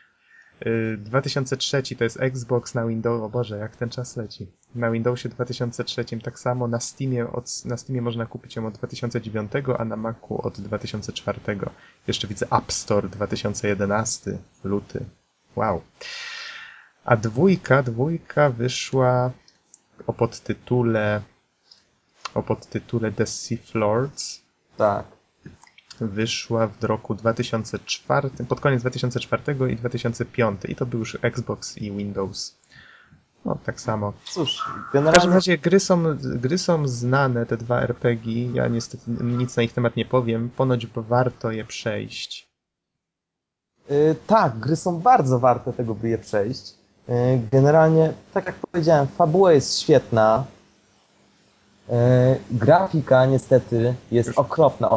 2003 to jest Xbox na Windows, o Boże, jak ten czas leci. Na Windowsie 2003 tak samo, na Steamie można kupić ją od 2009, a na Macu od 2004. Jeszcze widzę App Store 2011, luty. Wow. A dwójka wyszła o podtytule The Sith Lords. Tak. Wyszła w roku 2004, pod koniec 2004 i 2005 i to był już Xbox i Windows. No, tak samo. Cóż, W generalnie... każdym razie gry są znane, te dwa RPG. Ja niestety nic na ich temat nie powiem. Ponoć warto je przejść. Tak, gry są bardzo warte tego, by je przejść. Generalnie, tak jak powiedziałem, fabuła jest świetna. Grafika niestety jest okropna.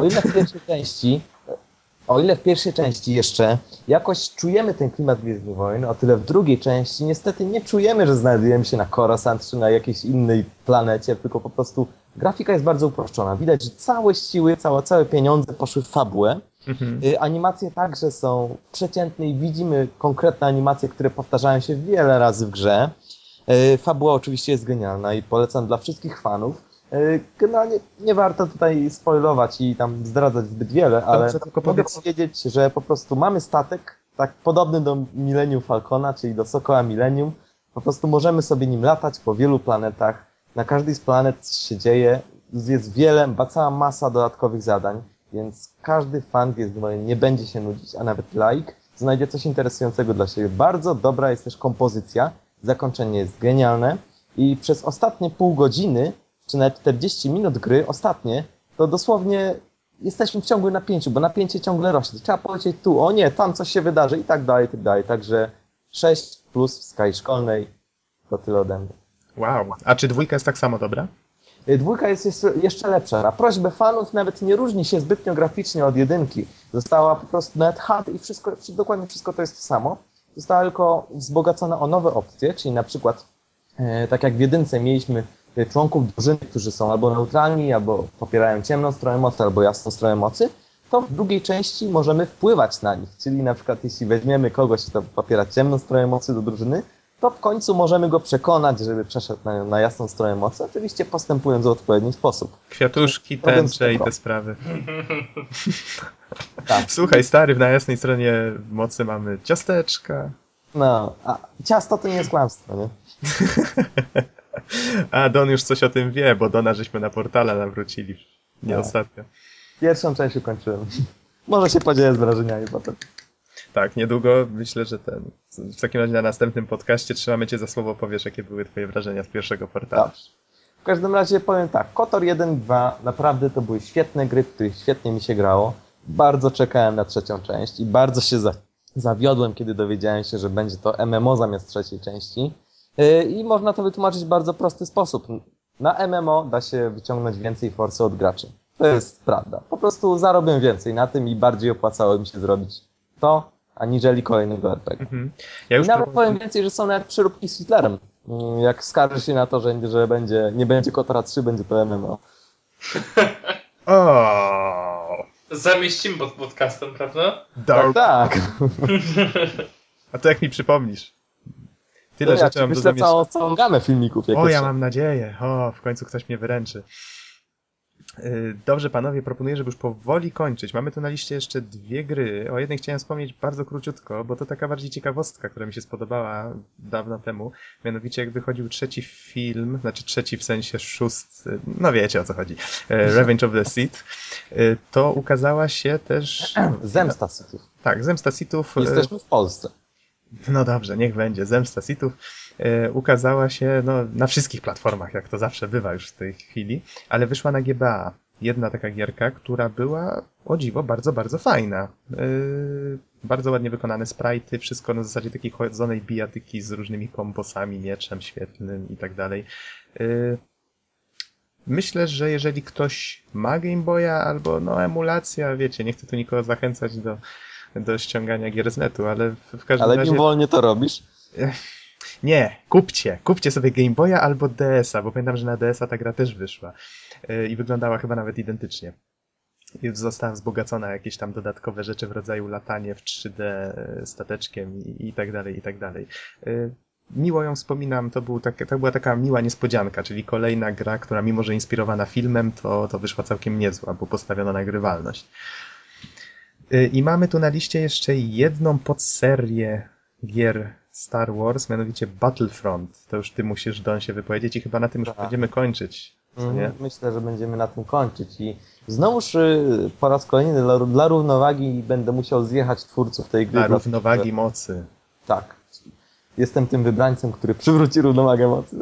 O ile w pierwszej części jeszcze jakoś czujemy ten klimat Gwiezdnych Wojen, o tyle w drugiej części niestety nie czujemy, że znajdujemy się na Coruscant czy na jakiejś innej planecie, tylko po prostu grafika jest bardzo uproszczona. Widać, że całe siły, całe pieniądze poszły w fabułę. Animacje także są przeciętne i widzimy konkretne animacje, które powtarzają się wiele razy w grze. Fabuła oczywiście jest genialna i polecam dla wszystkich fanów. Generalnie nie warto tutaj spoilować i tam zdradzać zbyt wiele, ale mogę powiedzieć, że po prostu mamy statek, tak podobny do Millennium Falcona, czyli do Sokoła Millennium. Po prostu możemy sobie nim latać po wielu planetach. Na każdej z planet coś się dzieje. Jest cała masa dodatkowych zadań, więc każdy fan Gwiezdnych Wojen nie będzie się nudzić, a nawet laik. znajdzie coś interesującego dla siebie. Bardzo dobra jest też kompozycja, zakończenie jest genialne i przez ostatnie pół godziny, czy nawet 40 minut gry, ostatnie, to dosłownie jesteśmy w ciągłym napięciu, bo napięcie ciągle rośnie. Trzeba polecieć tu, o nie, tam coś się wydarzy i tak dalej, i tak dalej. Także 6 plus w skali szkolnej to tyle ode mnie. Wow. A czy dwójka jest tak samo dobra? Dwójka jest jeszcze lepsza. Na prośbę fanów nawet nie różni się zbytnio graficznie od jedynki. Została po prostu nawet HUD i wszystko, dokładnie wszystko to jest to samo. Została tylko wzbogacona o nowe opcje, czyli na przykład tak jak w jedynce mieliśmy członków drużyny, którzy są albo neutralni, albo popierają ciemną stronę mocy, albo jasną stronę mocy, to w drugiej części możemy wpływać na nich. Czyli na przykład jeśli weźmiemy kogoś, kto popiera ciemną stronę mocy do drużyny, to w końcu możemy go przekonać, żeby przeszedł na jasną stronę mocy, oczywiście postępując w odpowiedni sposób. Kwiatuszki, tęcze i te sprawy. Tak. Słuchaj, stary, na jasnej stronie mocy mamy ciasteczka. No, a ciasto to nie jest kłamstwo, nie? A Don już coś o tym wie, bo Dona żeśmy na portale nawrócili. Nie Tak. ostatnio. Pierwszą część ukończyłem. Może się podzielę z wrażeniami potem. Tak, niedługo myślę, że w takim razie na następnym podcaście trzymamy cię za słowo, powiesz, jakie były twoje wrażenia z pierwszego portalu. Dobrze. W każdym razie powiem tak, KOTOR 1 i 2 naprawdę to były świetne gry, w których świetnie mi się grało. Bardzo czekałem na trzecią część i bardzo się zawiodłem, kiedy dowiedziałem się, że będzie to MMO zamiast trzeciej części. I można to wytłumaczyć w bardzo prosty sposób. Na MMO da się wyciągnąć więcej forsy od graczy. To jest prawda. Po prostu zarobię więcej na tym i bardziej opłacało mi się zrobić to, aniżeli kolejnego RPG. Mhm. Ja już I nawet powiem więcej, że są nawet przyróbki z Hitlerem. Jak skarży się na to, że nie będzie KOTORa 3, będzie to MMO. O, Zamieścimy pod podcastem, prawda? dark. Tak. A to jak mi przypomnisz. Tyle Ja rzeczy ci mam do wyślę zamieszczenia. całą gamę filmików. O, ja jeszcze. mam nadzieję. O, w końcu ktoś mnie wyręczy. Dobrze, panowie, proponuję, żeby już powoli kończyć. Mamy tu na liście jeszcze dwie gry. O jednej chciałem wspomnieć bardzo króciutko, bo to taka bardziej ciekawostka, która mi się spodobała dawno temu. Mianowicie jak wychodził trzeci film, znaczy trzeci w sensie szósty, no wiecie o co chodzi, Revenge of the Sith, to ukazała się też... Zemsta Sithów. Tak, Zemsta Sithów. Jesteśmy w Polsce. No dobrze, niech będzie. Zemsta Sithów ukazała się na wszystkich platformach, jak to zawsze bywa już w tej chwili, ale wyszła na GBA. Jedna taka gierka, która była, o dziwo, bardzo, bardzo fajna. Bardzo ładnie wykonane sprite'y, wszystko na zasadzie takiej chodzonej bijatyki z różnymi kombosami, mieczem świetlnym i tak dalej. Myślę, że jeżeli ktoś ma Game Boya albo emulacja, wiecie, nie chcę tu nikogo zachęcać do ściągania gier z netu, ale w każdym Ale razie... im wolnie to robisz. Nie, kupcie sobie Game Boya albo DS-a, bo pamiętam, że na DS-a ta gra też wyszła i wyglądała chyba nawet identycznie. I została wzbogacona jakieś tam dodatkowe rzeczy w rodzaju latanie w 3D stateczkiem i tak dalej, i tak dalej. Miło ją wspominam, to była taka miła niespodzianka, czyli kolejna gra, która mimo, że inspirowana filmem, to wyszła całkiem niezła, bo postawiono na grywalność. I mamy tu na liście jeszcze jedną podserię gier Star Wars, mianowicie Battlefront. To już ty musisz, Don, się wypowiedzieć i chyba na tym już będziemy kończyć. Co nie? Myślę, że będziemy na tym kończyć i znowuż po raz kolejny dla równowagi będę musiał zjechać twórców tej gry. Dla równowagi mocy. Tak. Jestem tym wybrańcem, który przywróci równowagę mocy.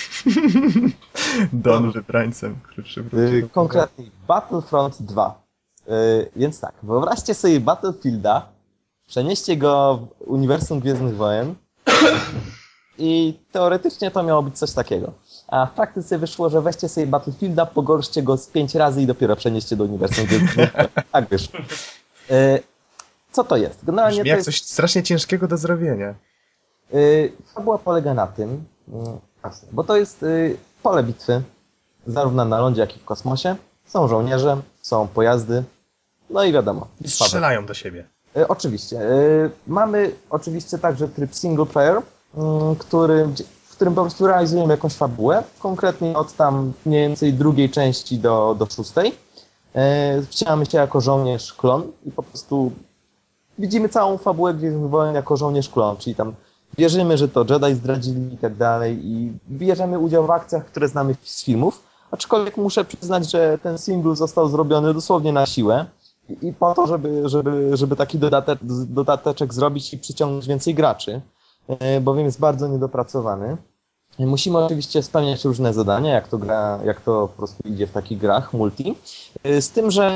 Don wybrańcem, który przywróci. Konkretnie Battlefront 2. Więc tak, wyobraźcie sobie Battlefielda, przenieście go w uniwersum Gwiezdnych Wojen i teoretycznie to miało być coś takiego. A w praktyce wyszło, że weźcie sobie Battlefielda, pogorszcie go z 5 razy i dopiero przenieście do uniwersum Gwiezdnych Wojen. Tak wyszło. Co to jest? Brzmi to jak jest... coś strasznie ciężkiego do zrobienia. Fabuła polega na tym, bo to jest pole bitwy, zarówno na lądzie, jak i w kosmosie. Są żołnierze, są pojazdy, no i wiadomo. I strzelają do siebie. Oczywiście. Mamy oczywiście także tryb single player, w którym po prostu realizujemy jakąś fabułę, konkretnie od tam mniej więcej drugiej części do szóstej. Wcielamy się jako żołnierz klon i po prostu widzimy całą fabułę Gwiezdnych Wojen jako żołnierz klon, czyli tam wierzymy, że to Jedi zdradzili i tak dalej i bierzemy udział w akcjach, które znamy z filmów, aczkolwiek muszę przyznać, że ten single został zrobiony dosłownie na siłę I po to, żeby taki dodateczek zrobić i przyciągnąć więcej graczy, bowiem jest bardzo niedopracowany. Musimy oczywiście spełniać różne zadania, jak to po prostu idzie w takich grach multi, z tym, że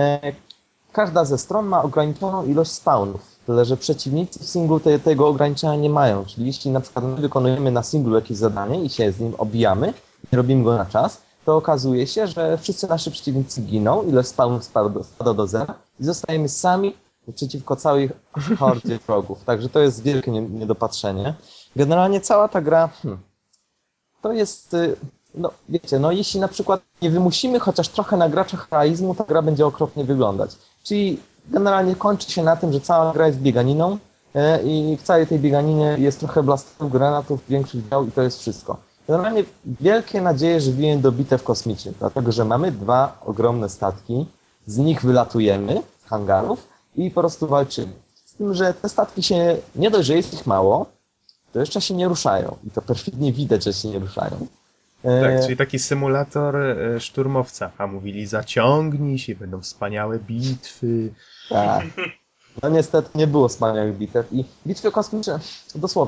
każda ze stron ma ograniczoną ilość spawnów, tyle że przeciwnicy w singlu tego ograniczenia nie mają, czyli jeśli na przykład my wykonujemy na singlu jakieś zadanie i się z nim obijamy i robimy go na czas, to okazuje się, że wszyscy nasi przeciwnicy giną, ilość spawnów spada do zera i zostajemy sami przeciwko całej hordzie wrogów, także to jest wielkie niedopatrzenie. Generalnie cała ta gra to jest, no wiecie, no jeśli na przykład nie wymusimy chociaż trochę na graczach realizmu, ta gra będzie okropnie wyglądać. Czyli generalnie kończy się na tym, że cała gra jest bieganiną i w całej tej bieganinie jest trochę blastów, granatów, większych dział i to jest wszystko. Generalnie wielkie nadzieje żywiłem do bitew kosmicznych, dlatego że mamy 2 ogromne statki, z nich wylatujemy z hangarów i po prostu walczymy. Z tym, że te statki się, nie dość, że jest ich mało, to jeszcze się nie ruszają. I to perfidnie widać, że się nie ruszają. Tak, czyli taki symulator szturmowca. A mówili, zaciągnij się, będą wspaniałe bitwy. Tak. No niestety nie było wspaniałych bitew. I bitwy kosmiczne, dosłownie.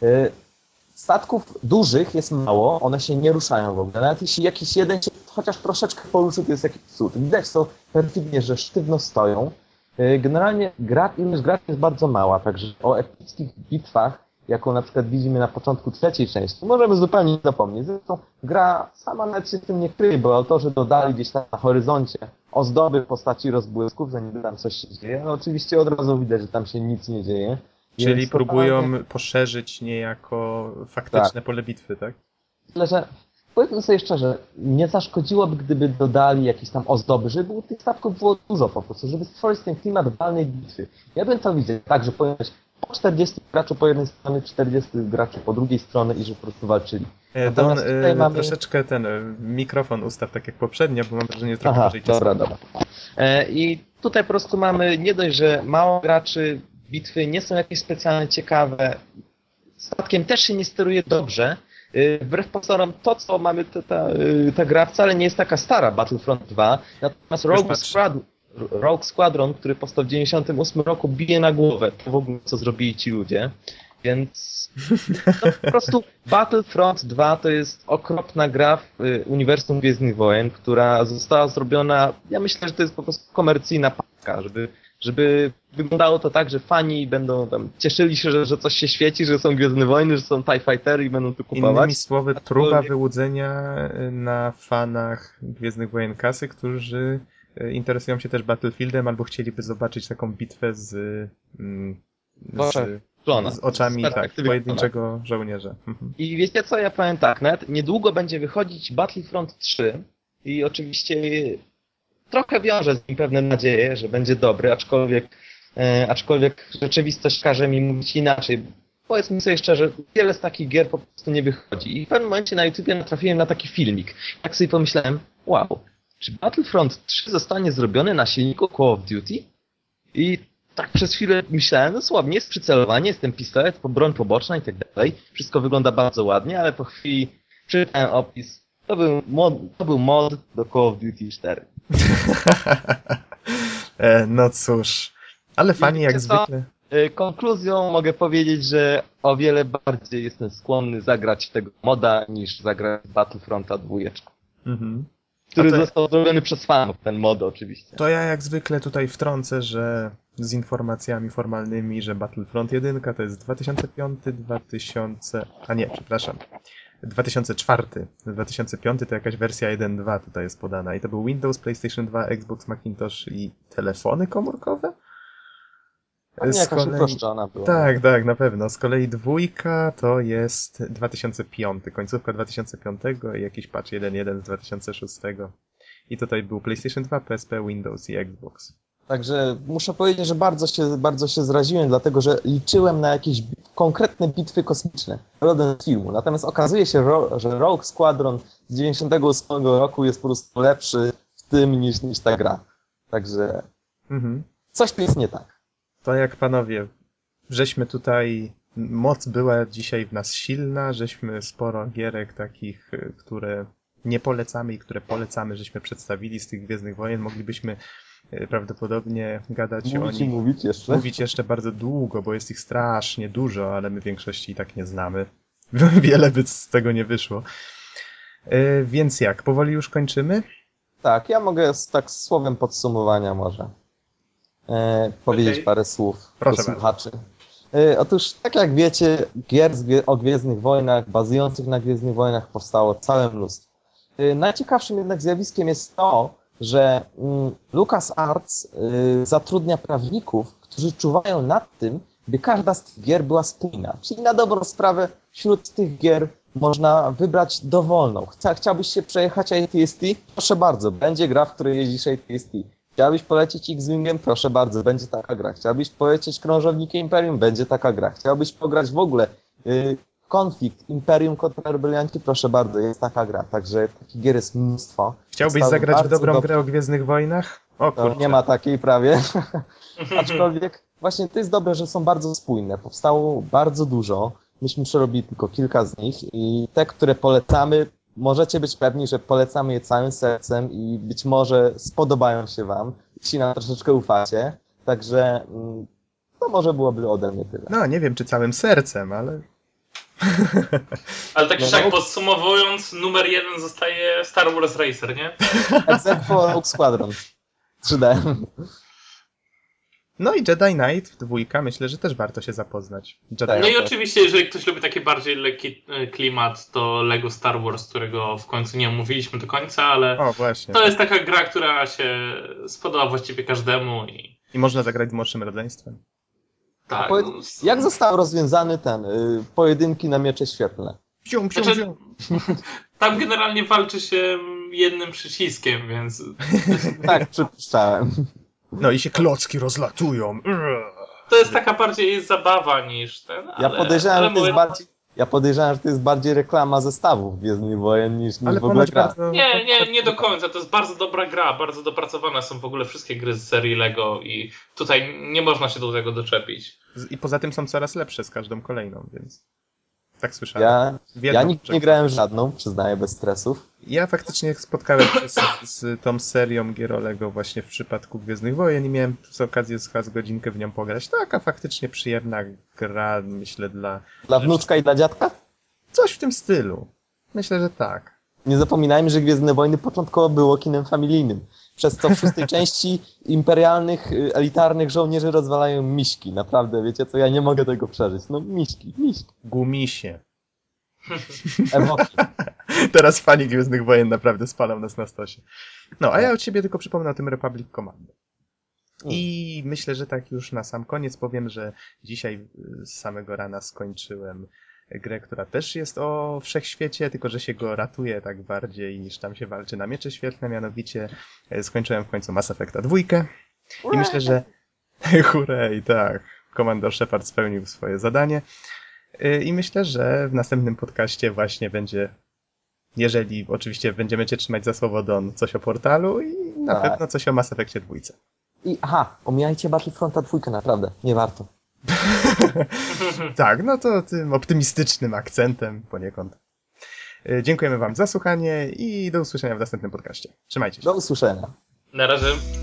Statków dużych jest mało, one się nie ruszają w ogóle. Nawet jeśli jakiś jeden się chociaż troszeczkę poruszy, to jest jakiś cud. Widać to perfidnie, że sztywno stoją. Generalnie ilość graczy jest bardzo mała, także o epickich bitwach, jaką na przykład widzimy na początku trzeciej części, możemy zupełnie zapomnieć. Zresztą gra sama nawet się z tym nie kryje, bo autorzy dodali gdzieś tam na horyzoncie ozdoby w postaci rozbłysków, że niby tam coś się dzieje, ale oczywiście od razu widać, że tam się nic nie dzieje. Czyli Więc próbują totalnie... poszerzyć niejako faktyczne pole bitwy, tak? Tyle, że powiedzmy sobie szczerze, nie zaszkodziłoby, gdyby dodali jakieś tam ozdoby, żeby było tych statków było dużo po prostu, żeby stworzyć ten klimat walnej bitwy. Ja bym to widział tak, że pojawiać po 40 graczy po jednej stronie, 40 graczy po drugiej stronie i że po prostu walczyli. Don, tutaj mamy... troszeczkę ten mikrofon ustaw tak jak poprzednio, bo mam wrażenie, że trochę Aha, gorzej cię dobra, słychać. dobra. I tutaj po prostu mamy nie dość, że mało graczy, bitwy nie są jakieś specjalnie ciekawe, statkiem też się nie steruje dobrze. Wbrew pozorom to, co mamy, ta gra wcale nie jest taka stara, Battlefront 2, natomiast Rogue Squadron, który powstał w 98 roku, bije na głowę to w ogóle, co zrobili ci ludzie. Więc no, po prostu Battlefront 2 to jest okropna gra w uniwersum Gwiezdnych Wojen, która została zrobiona, ja myślę, że to jest po prostu komercyjna paczka, żeby wyglądało to tak, że fani będą tam cieszyli się, że coś się świeci, że są Gwiezdne Wojny, że są TIE Fightery i będą tu kupować. Innymi słowy, próba wyłudzenia na fanach Gwiezdnych Wojen kasy, którzy interesują się też Battlefieldem albo chcieliby zobaczyć taką bitwę z oczami tak, pojedynczego żołnierza. I wiecie co, ja powiem tak, nawet niedługo będzie wychodzić Battlefront 3 i oczywiście trochę wiążę z nim pewne nadzieje, że będzie dobry, aczkolwiek rzeczywistość każe mi mówić inaczej. Powiedzmy sobie szczerze, wiele z takich gier po prostu nie wychodzi. I w pewnym momencie na YouTubie natrafiłem na taki filmik. Tak sobie pomyślałem, wow, czy Battlefront 3 zostanie zrobiony na silniku Call of Duty? I tak przez chwilę myślałem, dosłownie, jest przycelowanie, jest ten pistolet, broń poboczna i tak dalej. Wszystko wygląda bardzo ładnie, ale po chwili przeczytałem opis. To był mod do Call of Duty 4. No cóż, ale fani jak zwykle. Konkluzją mogę powiedzieć, że o wiele bardziej jestem skłonny zagrać tego moda niż zagrać Battlefronta 2. Który został zrobiony przez fanów, ten mod oczywiście. To ja jak zwykle tutaj wtrącę, że z informacjami formalnymi, że Battlefront 1 to jest 2005, 2004. 2005 to jakaś wersja 1.2 tutaj jest podana. I to był Windows, PlayStation 2, Xbox, Macintosh i telefony komórkowe? Jakaś uproszczona była. Tak, na pewno. Z kolei 2 to jest 2005, końcówka 2005 i jakiś patch 1.1 z 2006. I tutaj był PlayStation 2, PSP, Windows i Xbox. Także muszę powiedzieć, że bardzo się zraziłem, dlatego że liczyłem na jakieś konkretne bitwy kosmiczne rodem z filmu. Natomiast okazuje się, że Rogue Squadron z 98 roku jest po prostu lepszy w tym niż ta gra. Także coś tu jest nie tak. To jak panowie, żeśmy tutaj, moc była dzisiaj w nas silna, żeśmy sporo gierek takich, które nie polecamy i które polecamy, żeśmy przedstawili z tych Gwiezdnych Wojen. Moglibyśmy prawdopodobnie gadać o Mówić i nich. mówić jeszcze. Mówić jeszcze bardzo długo, bo jest ich strasznie dużo, ale my większości i tak nie znamy. Wiele by z tego nie wyszło. Więc jak, powoli już kończymy? Tak, ja mogę tak słowem podsumowania może powiedzieć Okej. parę słów Proszę do słuchaczy. Otóż, tak jak wiecie, gier o Gwiezdnych Wojnach, bazujących na Gwiezdnych Wojnach powstało całe mnóstwo. Najciekawszym jednak zjawiskiem jest to, że LucasArts zatrudnia prawników, którzy czuwają nad tym, by każda z tych gier była spójna. Czyli na dobrą sprawę wśród tych gier można wybrać dowolną. Chciałbyś się przejechać AT&T? Proszę bardzo, będzie gra, w której jeździsz AT&T. Chciałbyś polecieć X-Wingiem? Proszę bardzo, będzie taka gra. Chciałbyś polecieć Krążownikiem Imperium? Będzie taka gra. Chciałbyś pograć w ogóle konflikt Imperium kontra Rebelianci? Proszę bardzo, jest taka gra. Także takich gier jest mnóstwo. Chciałbyś Powstały zagrać w bardzo dobrą dobre- grę o Gwiezdnych Wojnach? O To kurczę. nie ma takiej prawie. Aczkolwiek właśnie to jest dobre, że są bardzo spójne. Powstało bardzo dużo. Myśmy przerobili tylko kilka z nich i te, które polecamy, możecie być pewni, że polecamy je całym sercem i być może spodobają się wam, jeśli nam troszeczkę ufacie. Także to może byłoby ode mnie tyle. No, nie wiem, czy całym sercem, ale... Ale tak czy No, siak no. podsumowując, numer 1 zostaje Star Wars Racer, nie? Exequo Rogue Squadron 3D. No i Jedi Knight 2, myślę, że też warto się zapoznać. Jedi Tak. No i Outcast. oczywiście, jeżeli ktoś lubi taki bardziej lekki klimat, to Lego Star Wars, którego w końcu nie omówiliśmy do końca, ale O, właśnie. to jest taka gra, która się spodoba właściwie każdemu i I można zagrać z młodszym rodzeństwem. tak. Powiedz, jak został rozwiązany ten pojedynki na miecze świetlne? Psium, psium, Znaczy, psium. tam generalnie walczy się jednym przyciskiem, więc Tak, przypuszczałem. No i się klocki rozlatują. to jest taka bardziej zabawa niż ten, Ja ale podejrzewam, że to jest mówię, bardziej. Ja podejrzewam, że to jest bardziej reklama zestawów Gwiezdnych Wojen niż Ale w ogóle ponoć gra. bardzo... nie do końca. To jest bardzo dobra gra, bardzo dopracowane są w ogóle wszystkie gry z serii Lego i tutaj nie można się do tego doczepić. I poza tym są coraz lepsze z każdą kolejną, więc... Tak słyszałem. Ja nigdy nie grałem w żadną, przyznaję bez stresów. Ja faktycznie spotkałem się z tą serią gier o Lego właśnie w przypadku Gwiezdnych Wojen i miałem z okazję z godzinkę w nią pograć. Taka faktycznie przyjemna gra, myślę, Dla wnuczka i dla dziadka? coś w tym stylu. Myślę, że tak. Nie zapominajmy, że Gwiezdne Wojny początkowo było kinem familijnym. Przez co w 6. części imperialnych, elitarnych żołnierzy rozwalają miśki. Naprawdę, wiecie co, ja nie mogę tego przeżyć. No miśki. Gumisie. Ewoki. Teraz fani Gwiezdnych Wojen naprawdę spalą nas na stosie. No, a ja od siebie tylko przypomnę o tym Republic Commando. I myślę, że tak już na sam koniec powiem, że dzisiaj z samego rana skończyłem grę, która też jest o wszechświecie, tylko że się go ratuje tak bardziej niż tam się walczy na miecze świetlne, mianowicie skończyłem w końcu Mass Effecta 2 i myślę, że hurray, tak, Komandor Shepard spełnił swoje zadanie i myślę, że w następnym podcaście właśnie będzie, jeżeli oczywiście będziemy cię trzymać za słowo, Don, coś o portalu i na Tak. pewno coś o Mass Effectie 2. Omijajcie Battlefronta 2, naprawdę, nie warto. Tak, no to tym optymistycznym akcentem poniekąd. Dziękujemy wam za słuchanie i do usłyszenia w następnym podcaście. Trzymajcie się. Do usłyszenia. Na razie.